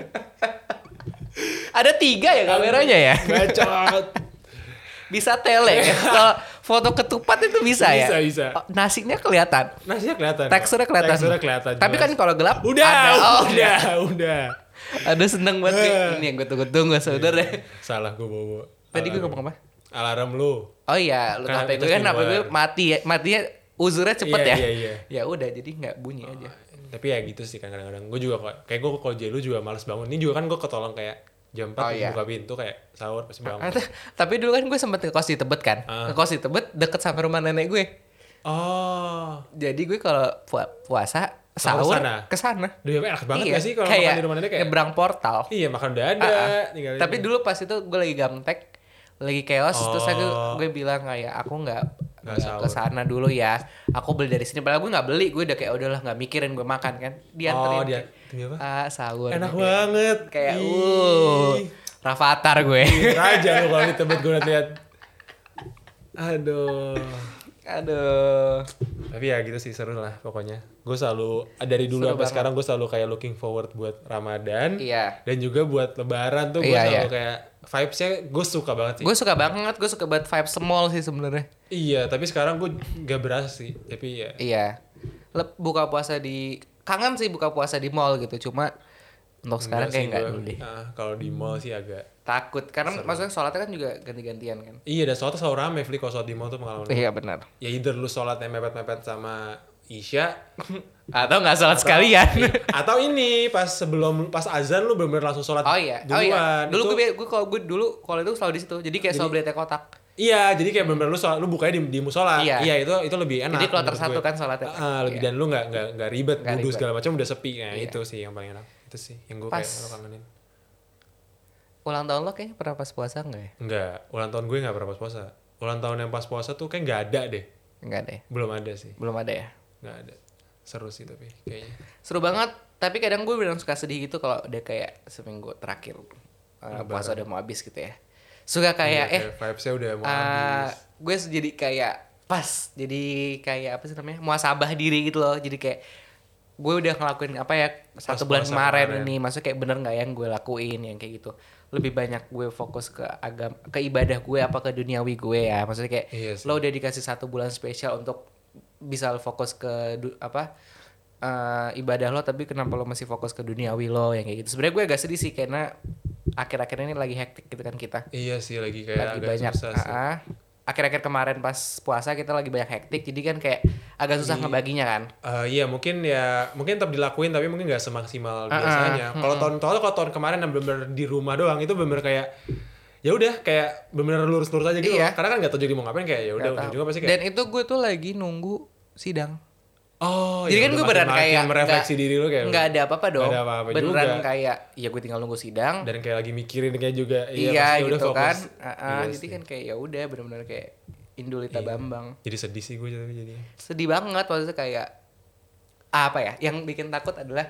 Ada tiga ya kameranya ya? Bacot. Bisa tele ya? Kalau foto ketupat itu bisa, bisa ya? Bisa, oh, nasinya kelihatan. Nasinya kelihatan. Teksturnya kelihatan. Teksturnya kelihatan. Tapi kan kalau gelap udah, ada. Oh, udah, udah. Aduh seneng banget nih. Ini yang gue tunggu-tunggu sebenernya. Salah gue bawa. Tadi gue ngomong apa? Alarm lu. Oh iya, lu Kan H P gue kan H P gue mati ya. Matinya uzurnya cepet iya, ya. Iya, iya. Ya udah jadi nggak bunyi oh, aja. Tapi ya gitu sih kan kadang-kadang. Gue juga kok kayak gue kalau lu juga males bangun. Ini juga kan gue ketolong kayak jam empat oh, iya. buka pintu kayak sahur pasti bangun. Ah, tapi dulu kan gue sempet ngekos di Tebet kan. Ah. Ngekos di Tebet deket sama rumah nenek gue. Oh. Jadi gue kalau pu- puasa sahur ke sana. Duh, enak banget iya. gak sih kalau kayak makan di rumah nenek kayak nyebrang portal. Iya, makan udah ada. Uh-uh. Tapi dulu pas itu gue lagi gamtek, lagi chaos oh. terus aku gue bilang kayak aku nggak ke sana dulu ya. Aku beli dari sini. Padahal gue nggak beli, gue udah kayak udahlah nggak mikirin gue makan kan. Dianterin. Oh, dia. Apa? Ah, sahur. Enak kayak, banget. Kayak uh Rafathar gue. Raja lu kalau di Tebet gue lihat. Aduh. Aduh. Tapi ya gitu sih seru lah pokoknya. Gue selalu dari dulu sampai sekarang gue selalu kayak looking forward buat Ramadan. Iya. Dan juga buat Lebaran tuh gue iya, selalu iya. kayak vibes-nya gue suka banget sih. Gue suka banget, gue suka banget vibes semall sih sebenarnya. Iya, tapi sekarang gue gak berasa sih. Tapi ya. Iya. Lep, buka puasa di kangen sih buka puasa di mall gitu. Cuma untuk sekarang kayak enggak dulu deh. Uh, kalau di mall sih agak takut karena seru. maksudnya sholatnya kan juga ganti-gantian kan. Iya, dan sholatnya selalu rame, Fli, kalau sholat di mall tuh pengalaman. Iya benar. Ya either lu sholatnya mepet-mepet sama Isya atau nggak sholat atau, sekalian. Atau ini pas sebelum pas azan lu bener-bener langsung sholat oh, iya. duluan. Oh iya. Dulu itu, gue gue kalau gue dulu kalau itu selalu di situ. Jadi kayak selalu beli teh kotak. Iya, jadi kayak bener-bener lu sholat, lu bukanya di, di musola. Iya. iya, itu itu lebih enak. Jadi kloter satu kan sholatnya. Ah, lebih iya. Dan lu nggak nggak nggak ribet, gak wudhu ribet. segala macam udah sepi. Nah, iya. itu sih yang paling enak. Itu sih yang gue pas, kayak kangenin. Ulang tahun lo kayaknya pernah pas puasa enggak ya? Enggak, ulang tahun gue nggak pernah pas puasa. Ulang tahun yang pas puasa tuh kayak nggak ada deh. Nggak ada ya? Belum ada sih. Belum ada ya? Nggak ada. Seru sih tapi kayaknya. Seru banget. Tapi kadang gue bilang suka sedih gitu kalau udah kayak seminggu terakhir uh, puasa udah mau habis gitu ya. Suka kayak iya, eh vibes-nya udah mau uh, habis. Gue jadi kayak pas jadi kayak apa sih namanya? muasabah diri gitu loh. Jadi kayak gue udah ngelakuin apa ya satu bulan kemarin, kemarin ini, maksudnya kayak bener nggak yang gue lakuin yang kayak gitu. Lebih banyak gue fokus ke agama, ke ibadah gue apa ke duniawi gue ya. Maksudnya kayak iya lo udah dikasih satu bulan spesial untuk bisa fokus ke du, apa uh, ibadah lo, tapi kenapa lo masih fokus ke duniawi lo yang kayak gitu. Sebenarnya gue agak sedih sih karena akhir-akhir ini lagi hektik gitu kan kita. Iya sih lagi kayak lagi agak banyak, susah sih. Uh, akhir-akhir kemarin pas puasa kita lagi banyak hektik, jadi kan kayak agak susah Di, ngebaginya kan. Uh, iya mungkin ya mungkin tetap dilakuin tapi mungkin nggak semaksimal uh, biasanya. Uh, kalau uh, tahun tahun kalau tahun kemarin yang benar-benar di rumah doang itu benar kayak ya udah kayak benar-benar lurus-lurus aja gitu. Iya. Karena kan nggak tahu jadi mau ngapain kayak ya udah ujung juga pasti kayak. Dan itu gue tuh lagi nunggu sidang. Oh, Jadi ya kan udah gue beneran makin-makin kayak merefleksi nggak- diri lu kayak nggak ada apa-apa dong. nggak ada apa-apa Beneran juga. kayak ya gue tinggal nunggu sidang. Dan kayak lagi mikirin kayak juga iya, Iya pasti gitu udah fokus. kan. Uh, uh, Iya jadi sih. kan kayak ya udah bener-bener kayak Indulita Iya. Bambang. Jadi sedih sih gue jadi jadi. Sedih banget maksudnya kayak apa ya? Yang bikin takut adalah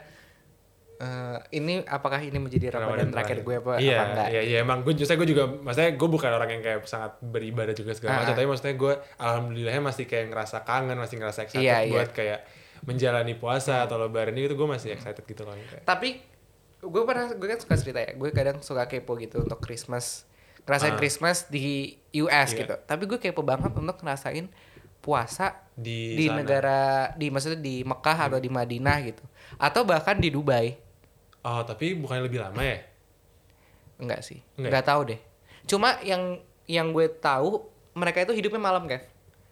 eh, ini apakah ini menjadi Ramadan terakhir gue apa, iya, apa enggak? Iya, iya, emang gue justru gue juga, maksudnya gue bukan orang yang kayak sangat beribadah juga segala macam, Ah, ah. tapi maksudnya gue alhamdulillahnya masih kayak ngerasa kangen, masih ngerasa excited Iya, iya. buat kayak menjalani puasa atau lebaran itu gue masih excited gitu loh. Kayak. Tapi gue pernah gue kan suka cerita ya, gue kadang suka kepo gitu untuk Christmas, ngerasain Ah. Christmas di U S Iya. gitu. Tapi gue kepo banget untuk ngerasain puasa Di di sana. negara, di maksudnya di Mekah atau di Madinah gitu, atau bahkan di Dubai. Oh, tapi bukannya lebih lama ya? Enggak sih, Enggak enggak tahu deh. Cuma yang yang gue tahu mereka itu hidupnya malam, Kev.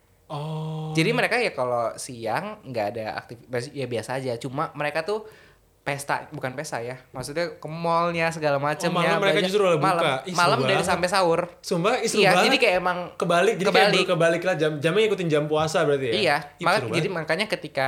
Oh. Jadi mereka ya kalau siang nggak ada aktivitas ya biasa aja. Cuma mereka tuh pesta, bukan pesta ya. Maksudnya ke mallnya segala macam Oh, malam ya. mereka banyak- justru udah buka. Malam, Ih, seru malam dari banget. sampai sahur. Sumpah, ih, seru Iya, banget. jadi kayak emang kebalik, jadi kebalik. kayak kebalik lah jam jamnya ngikutin jam puasa berarti ya. Iya, Ih, maka, seru jadi banget. makanya ketika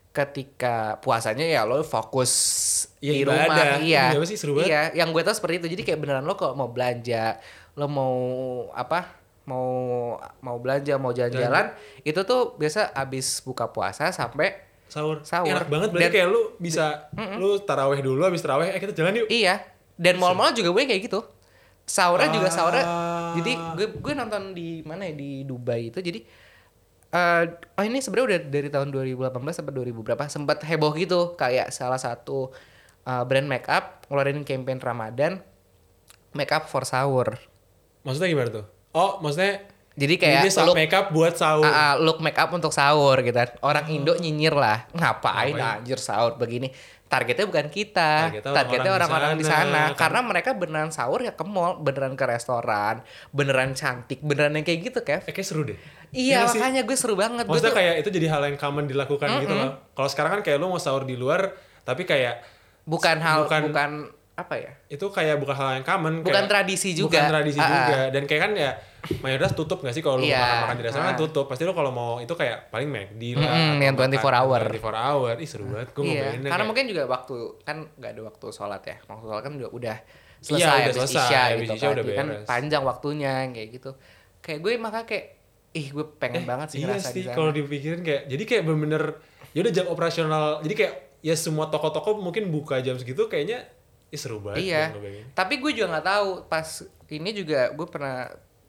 ketika puasanya ya lo fokus Iya, di ibadah. rumah, iya. Iya, apa sih, seru banget. Iya, yang gue tahu seperti itu. Jadi kayak beneran lo kalau mau belanja, lo mau apa? Mau mau belanja, mau jalan-jalan, itu tuh biasa abis buka puasa sampai Sahur. Sahur. Enak banget berarti Dan- kayak lu bisa lu taraweh dulu, habis taraweh eh kita jalan yuk. iya. Dan mall-mall juga gue kayak gitu. Sahurnya juga sahurnya. Ah. Jadi gue gue nonton di mana ya, di Dubai itu. Jadi eh oh ini sebenarnya udah dari tahun dua ribu delapan belas sampai dua ribu berapa sempat heboh gitu, kayak salah satu uh, brand makeup ngeluarin campaign Ramadan makeup for sahur. Maksudnya gimana tuh? Oh, maksudnya Jadi kayak ini look, makeup buat sahur. ah, ah, look makeup untuk sahur gitu kan. Orang Indo nyinyir lah, ngapain, Ngapain? anjir sahur begini. Targetnya bukan kita, Targetnya targetnya orang-orang orang-orang di di sana. sana, kan. Karena mereka beneran sahur ya ke mall, beneran ke restoran, beneran cantik, beneran yang kayak gitu, Kev. Eh kayak seru deh. Iya, nggak sih? makanya gue seru banget. Gue Maksudnya tuh, kayak itu jadi hal yang common dilakukan gitu loh. Kalau sekarang kan kayak lu mau sahur di luar, tapi kayak bukan hal, bukan- bukan, apa ya? itu kayak bukan hal yang common. Bukan kayak- tradisi juga. Bukan tradisi Ah, ah. juga. Dan kayak kan ya mayoritas tutup gak sih kalau lu Iya, makan-makan di restoran kan ah. tutup. Pasti lu kalau mau itu kayak paling McD lah. Mm-mm, atau yang makan twenty four hour. twenty four hour. Ih seru banget. Gue mau Iya, bayanginnya karena kayak- mungkin juga waktu kan nggak ada waktu sholat ya. Waktu sholat kan udah, udah Iya, selesai, udah habis selesai, isya habis gitu isya kan. udah Jadi kan beres. panjang waktunya kayak gitu. Kayak gue maka kayak ih gue pengen banget sih iya ngerasa sih di sana. kalau dipikirin kayak jadi kayak bener-bener ya udah jam operasional jadi kayak ya semua toko-toko mungkin buka jam segitu kayaknya ih seru banget. Iya. gua ngebayangin. Tapi gue juga nggak tahu pas ini juga gue pernah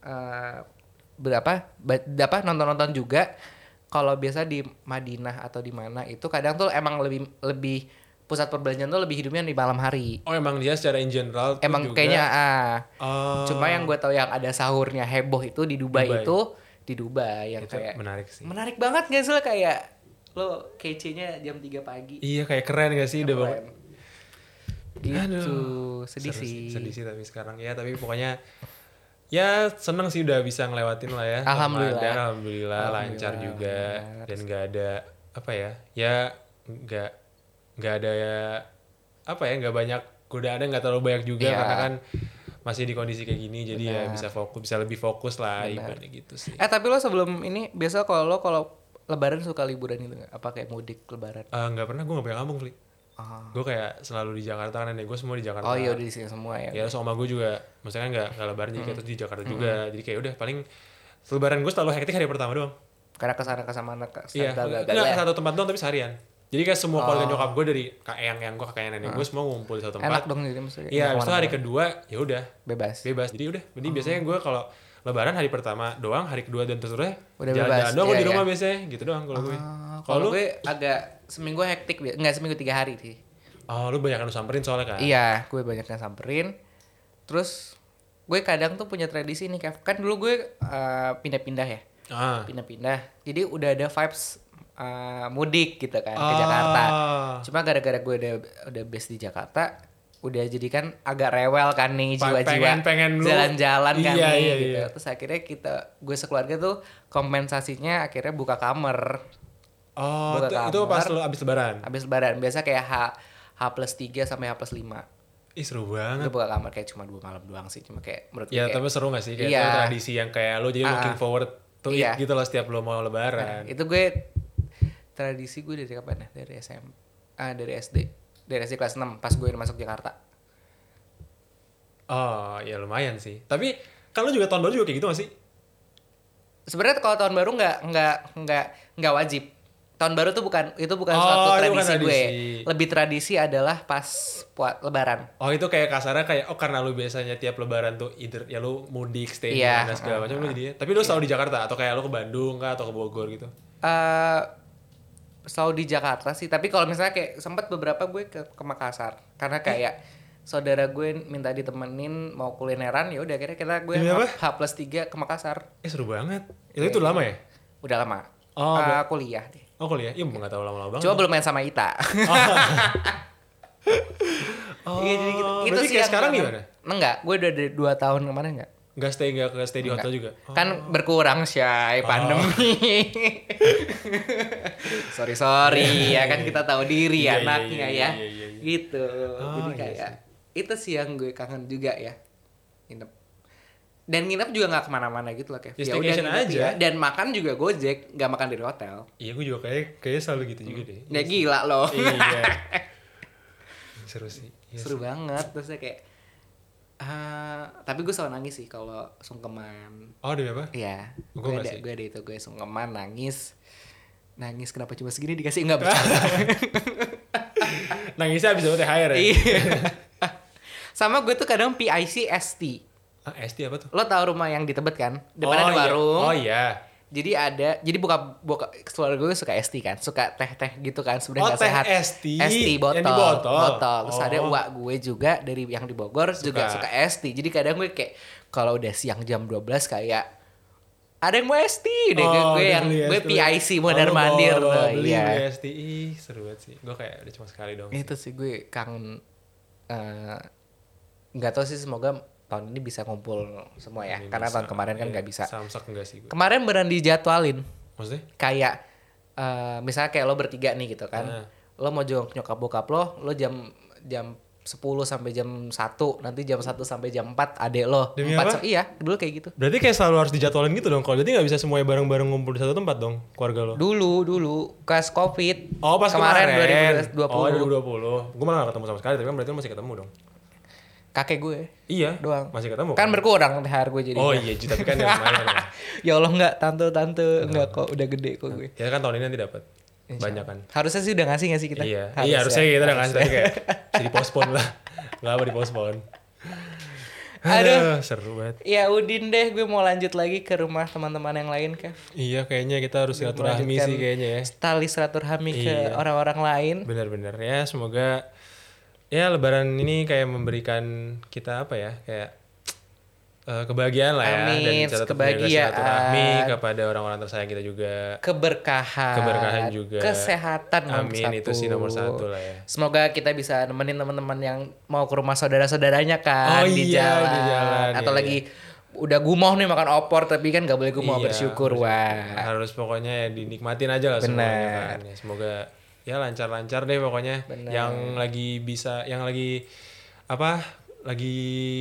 eh, berapa ba- apa nonton-nonton juga kalau biasa di Madinah atau di mana itu kadang tuh emang lebih lebih pusat perbelanjaan tuh lebih hidupnya di malam hari. Oh emang dia secara in general tuh Emang juga, kayaknya ah. oh, Cuma yang gue tahu yang ada sahurnya heboh itu di Dubai, Dubai. itu di Dubai yang itu kayak menarik sih. menarik banget gak sih lo kayak lo kece-nya jam tiga pagi. Iya kayak keren gak sih udah banget. Keren. Gitu, sedih Seru sih. Sedih sih tapi sekarang ya tapi pokoknya ya seneng sih udah bisa ngelewatin lah ya. Alhamdulillah. Ramadan, alhamdulillah, lancar Alhamdulillah, juga benar. dan nggak ada apa ya ya nggak nggak ada ya, apa ya nggak banyak godaan nggak terlalu banyak juga Iya. karena kan masih di kondisi kayak gini jadi ya Benar. bisa fokus bisa lebih fokus lah Benar. ibaratnya gitu sih. Eh tapi lo sebelum ini biasa kalau lo kalau Lebaran suka liburan gitu nggak? Apa kayak mudik Lebaran? Eh, nggak pernah gue nggak punya kampung Fli. Ah. Gue kayak selalu di Jakarta kan nenek gue semua di Jakarta. Oh iya udah di sini semua ya. Ya terus oma gue juga maksudnya kan nggak nggak lebaran jadi kayak terus di Jakarta juga jadi kayak udah paling lebaran gue selalu hektik hari pertama doang. Karena kesana kesana ke Iya, nggak satu tempat doang tapi seharian. Jadi kayak semua keluarga Oh. nyokap gue dari kak eyang eyang gue kakek nenek gue semua ngumpul di satu tempat. Enak dong jadi maksudnya. Iya, habis itu hari kemana-mana. kedua ya udah Bebas. bebas. Jadi udah. Jadi biasanya gue kalau lebaran hari pertama doang, hari kedua dan terusnya Udah jalan-jalan bebas, doang gue iya, di rumah iya. biasanya gitu doang kalau gue. Ah, Kalau kalau lu gue agak seminggu hektik, bi- nggak seminggu tiga hari sih. oh lu banyak kan samperin soalnya kan. Iya, gue banyak yang samperin. Terus gue kadang tuh punya tradisi nih, Kev. Kan dulu gue eh, pindah-pindah ya, Ah. pindah-pindah. Jadi udah ada vibes eh, mudik gitu kan ke Ah. Jakarta. Cuma gara-gara gue udah udah base di Jakarta, udah jadi kan agak rewel kan nih Pa- jiwa-jiwa pengen- pengen lu- jalan-jalan kan Iya, nih iya, gitu. iya. Terus akhirnya kita gue sekeluarga tuh kompensasinya akhirnya buka kamar. Oh, Buka itu, itu kamar. pas lu abis lebaran. Habis lebaran biasa kayak H H plus tiga sampai H plus lima. Ih seru Itu banget. buka kamar kayak cuma dua malam doang sih, cuma kayak menurut gue Ya kayak, tapi seru gak sih kayak Iya. itu tradisi yang kayak lu jadi Ah, looking forward to iya. it gitu loh setiap lu mau lebaran. itu gue tradisi gue dari kapan ya? Dari S M P, ah dari S D, dari S D kelas enam pas gue udah masuk Jakarta. Oh ya lumayan sih. Tapi kan lu juga tahun baru juga kayak gitu gak sih? Sebenarnya kalau tahun baru nggak nggak nggak nggak wajib. Tahun baru tuh bukan itu bukan Oh, suatu itu bukan tradisi gue. tradisi. Lebih tradisi adalah pas buat Lebaran. Oh itu kayak kasarnya kayak oh karena lu biasanya tiap lebaran tuh either ya lu mudik stay di Iya, mana segala uh, macam lu jadi. Tapi lu selalu di Jakarta atau kayak lu ke Bandung kah atau ke Bogor gitu? Eh selalu di Jakarta sih. Tapi kalau misalnya kayak sempat beberapa gue ke, ke Makassar karena kayak saudara gue minta ditemenin mau kulineran, ya udah akhirnya kita gue Demi apa? H plus tiga ke Makassar. Eh seru banget. Itu itu lama ya? Udah lama. Oh, Eh, ber- kuliah deh. Oh kuliah? Iya nggak tahu lama-lama banget. Coba belum main sama Ita. Oh, Iya, jadi gitu. Itu berarti sih kayak yang sekarang kangen. gimana? Enggak, gue udah dari dua tahun kemarin enggak. Nggak stay nggak ke stay di Enggak. hotel juga? Oh. Kan berkurang Syai pandemi. sorry sorry ya kan kita tahu diri Iya, iya, anaknya iya, ya. iya, iya, iya. Gitu. Oh, Jadi iya kayak itu sih yang gue kangen juga ya. Nginep. Dan nginep juga nggak kemana-mana gitu loh, Kev. Ya, Ya udah staycation nginep aja. ya. Dan makan juga Gojek, nggak makan dari hotel. Iya gue juga kayak kayak selalu gitu juga deh. Ya gila loh. Iya. Seru sih. Iya Seru sih. banget. Terusnya kayak ah, tapi gue selalu nangis sih kalau sungkeman. Oh demi apa? Iya, Gua gue nggak ada, sih. gue ada itu, gue sungkeman, nangis, nangis kenapa cuma segini dikasih nggak bercanda. Nangisnya abis dapet T H R ya? Iya. Sama gue tuh kadang P I C S T. Ah, S T apa tuh? Lo tau rumah yang di Tebet kan? Depannya oh, ada warung. Iya. Oh iya. Jadi ada, jadi buka buka keluarga gue suka S T kan, suka teh-teh gitu kan, sebenarnya Oh, nggak teh sehat. S T. S T botol, Yang di botol. Terus Oh. ada uak gue juga dari yang di Bogor juga suka S T. Jadi kadang gue kayak kalau udah siang jam dua belas kayak ada yang mau S T deh, Oh, gue dia yang beli gue S T. P I C mondar Oh, lu mandir bawa- tuh, beli iya. beli S T. Ih, seru banget sih. Gue kayak udah cuma sekali dong. Itu sih gue kangen. eh, nggak tahu sih, semoga tahun ini bisa ngumpul semua ya. Ini Karena bisa. tahun kemarin kan Iya, nggak bisa. Samsak enggak sih gue. Kemarin beneran dijadwalin Maksudnya? kayak eh, misalnya kayak lo bertiga nih gitu kan. Ah. Lo mau jenguk nyokap bokap lo, lo jam jam sepuluh sampai jam satu, nanti jam satu sampai jam empat adek lo. Demi empat apa? se- iya, dulu kayak gitu. Berarti kayak selalu harus dijadwalin gitu dong. Kalau berarti nggak bisa semuanya bareng-bareng ngumpul di satu tempat dong, keluarga lo. Dulu dulu pas Covid. Oh pas kemarin, dua ribu dua puluh. Oh dua ribu dua puluh. Gue malah gak ketemu sama sekali, tapi kan berarti lo masih ketemu dong. Kakek gue Iya. doang. Masih ketemu. Kan berkurang T H R gue jadi. Oh iya, tapi kan yang lumayan lah. Ya Allah enggak, tante-tante enggak kok, udah gede kok gue. Ya kan tahun ini nanti dapat. Insya Banyak kan. Harusnya sih udah ngasih nggak sih kita? Iya. Iya harusnya kita udah ngasih tapi kayak bisa dipospon lah. Gak apa dipospon. Aduh. Seru banget. Ya Udin deh, gue mau lanjut lagi ke rumah teman-teman yang lain, Kev. Iya kayaknya kita harus silaturahmi Melanjutkan sih kayaknya ya. Tali silaturahmi ke Iya. orang-orang lain. Bener-bener ya, semoga ya lebaran ini kayak memberikan kita apa ya, kayak eh, kebahagiaan lah ya. Amin, Dan bisa tetap menjaga kebahagiaan. silaturahmi kepada orang-orang tersayang kita juga. Keberkahan, Keberkahan juga. kesehatan nomor Amin, satu. itu sih nomor satu lah ya. Semoga kita bisa nemenin teman-teman yang mau ke rumah saudara-saudaranya Oh kan di iya, jalan, di jalan, atau iya, lagi udah gumoh nih makan opor tapi kan nggak boleh gumoh, Iya, bersyukur wah. Harus pokoknya ya dinikmatin aja lah Bener. semuanya kan. Ya, semoga ya lancar-lancar deh pokoknya. Bener. Yang lagi bisa, yang lagi apa, lagi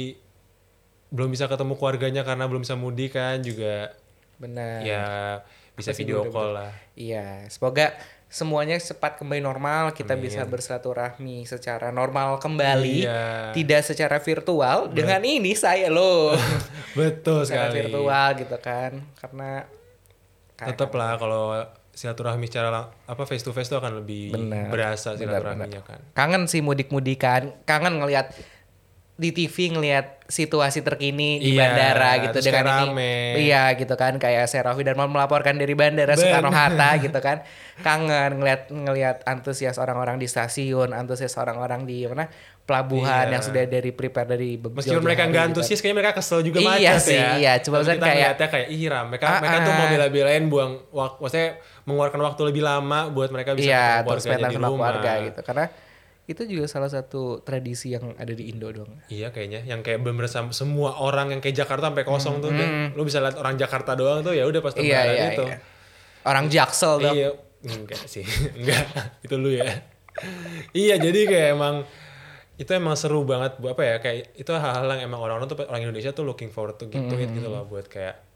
belum bisa ketemu keluarganya karena belum bisa mudik kan juga. Benar. Ya bisa Pasti video udah call bener. lah. Iya, semoga semuanya cepat kembali normal, kita Amin. bisa bersilaturahmi secara normal kembali, Iya. tidak secara virtual. Dengan ini saya loh, Betul secara sekali. virtual gitu kan, karena Tetap lah kalau silaturahmi secara lang- apa face to face tuh akan lebih Bener, berasa bener, silaturahminya kan. kangen sih mudik-mudikan, kangen ngelihat di T V ngelihat situasi terkini di Iya, bandara gitu terus dengan kayak ini, rame. iya gitu kan, kayak Serafi dan mau melaporkan dari bandara Bener. Soekarno Hatta gitu kan, kangen ngelihat ngelihat antusias orang-orang di stasiun, antusias orang-orang di mana pelabuhan Iya. yang sudah dari prepare dari be- Meskipun jauh-jauh mereka hari nggak gitu. antusias, kayaknya mereka kesel juga Iya macet sih, ya. iya. Cuma Tapi kan kita kayak- ngeliatnya kayak ih ram, mereka Ah, mereka tuh ah. mau bela-belain buang waktu, maksudnya mengeluarkan waktu lebih lama buat mereka bisa Iya, ketemu terus keluarganya pengen di sama rumah. keluarga gitu, karena itu juga salah satu tradisi yang ada di Indo doang. Iya kayaknya, yang kayak bener sama semua orang yang kayak Jakarta sampai kosong tuh, dan lu bisa lihat orang Jakarta doang tuh ya udah pas Hmm, Iya, lebaran iya, itu. iya. Orang Jaksel dong. Iya, enggak sih, enggak, itu lu ya. Iya jadi kayak emang itu emang seru banget bu apa ya, kayak itu hal-hal yang emang orang-orang tuh orang Indonesia tuh looking forward to gitu Hmm. gitu loh, buat kayak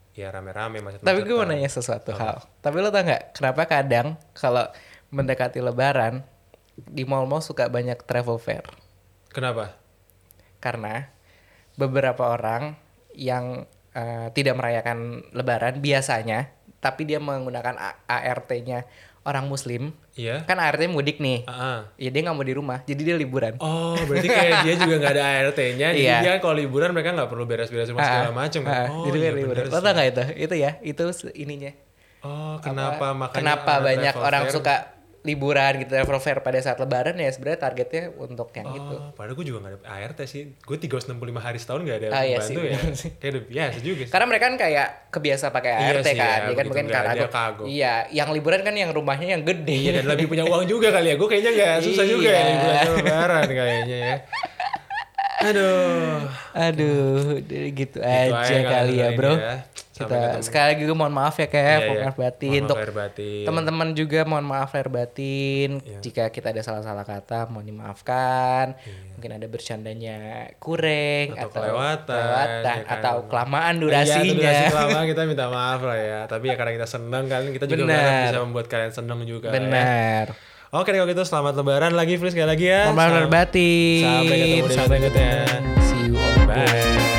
ya rame-rame macet-macetan. Tapi gue mau nanya sesuatu hal. Tapi lo tau nggak kenapa kadang kalau mendekati Lebaran di mall-mall suka banyak travel fair? Kenapa? Karena beberapa orang yang uh, tidak merayakan Lebaran biasanya, tapi dia menggunakan A- ART-nya orang Muslim. Iya. Kan A R T mudik nih. Uh-uh. Ya dia nggak mau di rumah, jadi dia liburan. Oh, berarti kayak dia juga nggak ada A R T-nya. Jadi Iya. dia kalau liburan mereka nggak perlu beres-beres rumah segala macam. Ah, Oh, jadi iya dia liburan. bener Lo sih. tau nggak itu? Itu ya, itu ininya. Oh, kenapa Apa- makanya kenapa ada banyak travel orang fair? suka liburan gitu travel fair pada saat Lebaran ya sebenarnya targetnya untuk yang Oh, itu. padahal gue juga gak ada A R T sih. Gue tiga ratus enam puluh lima hari setahun gak ada Ah, iya pembantu sih, ya. bener sih. Kayak udah biasa juga sih. Karena mereka kan kayak kebiasa pakai A R T Iya sih, kan, ya, dia kan begitu mungkin nggak, karena dia kagok. iya, yang liburan kan yang rumahnya yang gede. Iya, dan lebih punya uang juga kali ya. Gue kayaknya gak susah juga ya Iya. liburan sama Lebaran kayaknya ya. Aduh. Aduh, jadi gitu, Gitu aja aja kali ya kali bro. ini ya. Sampai Kita ketemu. sekali lagi gue mohon maaf ya kayak Iya, mohon iya. maaf batin Mohon maaf untuk lahir batin. teman-teman juga mohon maaf lahir batin Iya. jika kita ada salah-salah kata mohon dimaafkan. Mungkin ada bercandanya kurang Atau atau kelewatan, kelewatan, ya kan? atau kelamaan Iya, durasinya. itu durasi lama kita minta maaf lah ya. Tapi ya karena kita senang kan, kita juga Benar. berharap bisa membuat kalian senang juga. Ya. Benar. Oke, kalau gitu selamat Lebaran lagi, Fris sekali lagi ya. Mohon maaf lahir Sam- batin. Sampai ketemu di episode berikutnya. See you on Bye.